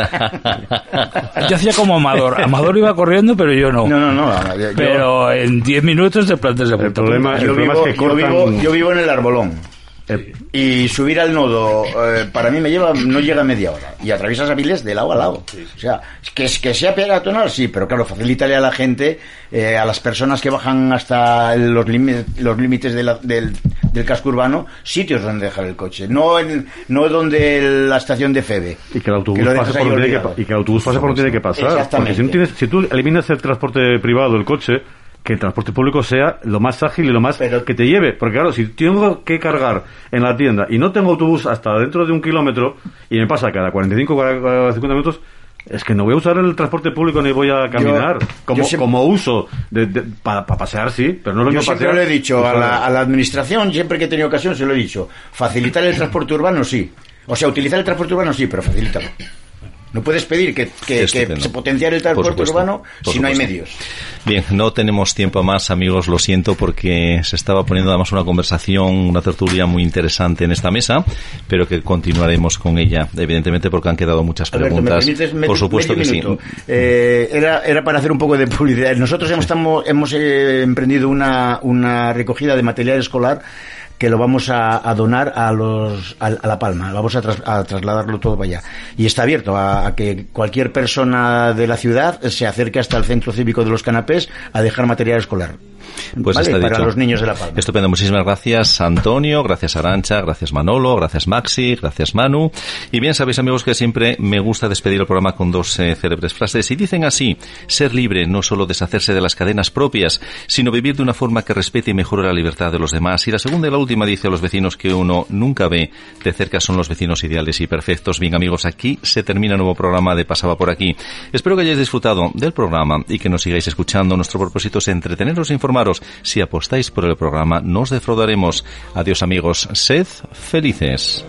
[SPEAKER 5] Yo hacía como Amador. Amador iba corriendo, pero yo no.
[SPEAKER 8] No, no, no. Yo,
[SPEAKER 5] Pero en diez minutos te plantas de
[SPEAKER 6] El
[SPEAKER 5] punta a
[SPEAKER 6] problema,
[SPEAKER 5] punta.
[SPEAKER 6] el
[SPEAKER 8] yo,
[SPEAKER 6] problema
[SPEAKER 8] vivo,
[SPEAKER 6] es que
[SPEAKER 8] yo,
[SPEAKER 6] cortan...
[SPEAKER 8] vivo, yo vivo en el Arbolón.
[SPEAKER 6] Eh,
[SPEAKER 8] Y subir al Nodo, eh, para mí me lleva, no llega a media hora. Y atraviesas Avilés de lado a lado. O sea, que, que sea peatonal, sí, pero claro, facilítale a la gente, eh, a las personas que bajan hasta los, límites los límites de la- del, del casco urbano, sitios donde dejar el coche. No en, no donde la estación de Febe.
[SPEAKER 6] Y que el autobús
[SPEAKER 8] Que lo
[SPEAKER 6] pase
[SPEAKER 8] dejas
[SPEAKER 6] por
[SPEAKER 8] ahí
[SPEAKER 6] donde tiene que,
[SPEAKER 8] olvidado.
[SPEAKER 6] pa- y que el autobús pase por donde tiene que pasar.
[SPEAKER 8] Exactamente.
[SPEAKER 6] Porque si, no tienes, si tú eliminas el transporte privado, el coche, que el transporte público sea lo más ágil y lo más
[SPEAKER 8] Pero-
[SPEAKER 6] que te lleve. Porque claro, si tengo que cargar en la tienda y no tengo autobús hasta dentro de un kilómetro y me pasa cada cuarenta y cinco o cincuenta minutos, es que no voy a usar el transporte público ni voy a caminar.
[SPEAKER 8] Yo-
[SPEAKER 6] como,
[SPEAKER 8] yo siempre-
[SPEAKER 6] como uso de, de- para pasear, sí, pero no lo
[SPEAKER 8] Yo
[SPEAKER 6] mismo
[SPEAKER 8] siempre
[SPEAKER 6] pasear.
[SPEAKER 8] lo he dicho a
[SPEAKER 6] usar-
[SPEAKER 8] la, a la administración, siempre que he tenido ocasión se lo he dicho. Facilitar el transporte urbano, sí. O sea, utilizar el transporte urbano, sí, pero facilítalo. No puedes pedir que, que, que
[SPEAKER 4] Estupendo.
[SPEAKER 8] se potenciar el
[SPEAKER 4] Por
[SPEAKER 8] transporte
[SPEAKER 4] supuesto,
[SPEAKER 8] urbano
[SPEAKER 4] por
[SPEAKER 8] si no hay
[SPEAKER 4] supuesto.
[SPEAKER 8] medios.
[SPEAKER 4] Bien, no tenemos tiempo más, amigos, lo siento, porque se estaba poniendo además una conversación, una tertulia muy interesante en esta mesa, pero que continuaremos con ella, evidentemente, porque han quedado muchas
[SPEAKER 8] Alberto, ¿me
[SPEAKER 4] preguntas.
[SPEAKER 8] permites me-
[SPEAKER 4] Por supuesto
[SPEAKER 8] medio
[SPEAKER 4] que
[SPEAKER 8] minuto?
[SPEAKER 4] sí.
[SPEAKER 8] Eh, era, era para hacer un poco de publicidad. Nosotros hemos, estamos, hemos eh, emprendido una, una recogida de material escolar que lo vamos a, a donar a los a, a La Palma, vamos a, tras, a trasladarlo todo para allá. Y está abierto a, a que cualquier persona de la ciudad se acerque hasta el Centro Cívico de los Canapés a dejar material escolar.
[SPEAKER 4] Pues
[SPEAKER 8] ¿Vale?
[SPEAKER 4] está
[SPEAKER 8] Para
[SPEAKER 4] dicho.
[SPEAKER 8] los niños de La Palma.
[SPEAKER 4] Estupendo, muchísimas gracias Antonio, gracias Arancha, gracias Manolo, gracias Maxi, gracias Manu. Y bien, sabéis, amigos, que siempre me gusta despedir el programa con dos eh, célebres frases. Y dicen así: ser libre no solo deshacerse de las cadenas propias, sino vivir de una forma que respete y mejore la libertad de los demás. Y la segunda y la última dice: los vecinos que uno nunca ve de cerca son los vecinos ideales y perfectos. Bien, amigos, aquí se termina el nuevo programa de Pasaba por Aquí. Espero que hayáis disfrutado del programa y que nos sigáis escuchando. Nuestro propósito es entreteneros e informaros. Si apostáis por el programa, no os defraudaremos. Adiós, amigos. Sed felices.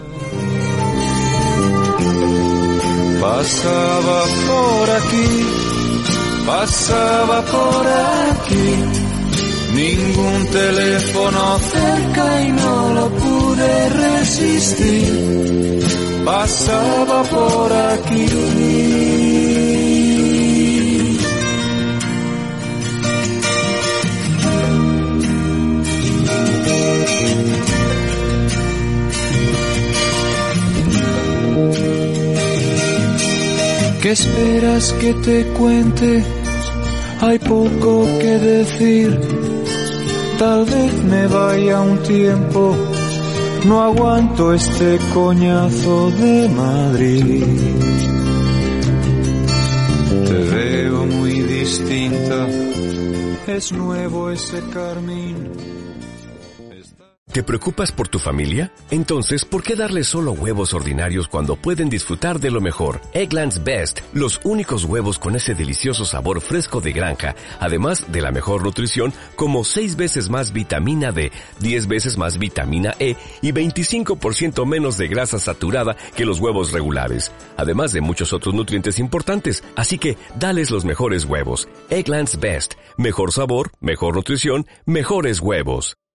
[SPEAKER 3] Pasaba por aquí, pasaba por aquí, ningún teléfono cerca y no lo pude resistir. Pasaba por aquí. ¿Qué esperas que te cuente? Hay poco que decir. Tal vez me vaya un tiempo. No aguanto este coñazo de Madrid. Te veo muy distinta. Es nuevo ese carmín.
[SPEAKER 10] ¿Te preocupas por tu familia? Entonces, ¿por qué darles solo huevos ordinarios cuando pueden disfrutar de lo mejor? Eggland's Best, los únicos huevos con ese delicioso sabor fresco de granja, además de la mejor nutrición, como seis veces más vitamina D, diez veces más vitamina E y veinticinco por ciento menos de grasa saturada que los huevos regulares, además de muchos otros nutrientes importantes. Así que, dales los mejores huevos. Eggland's Best, mejor sabor, mejor nutrición, mejores huevos.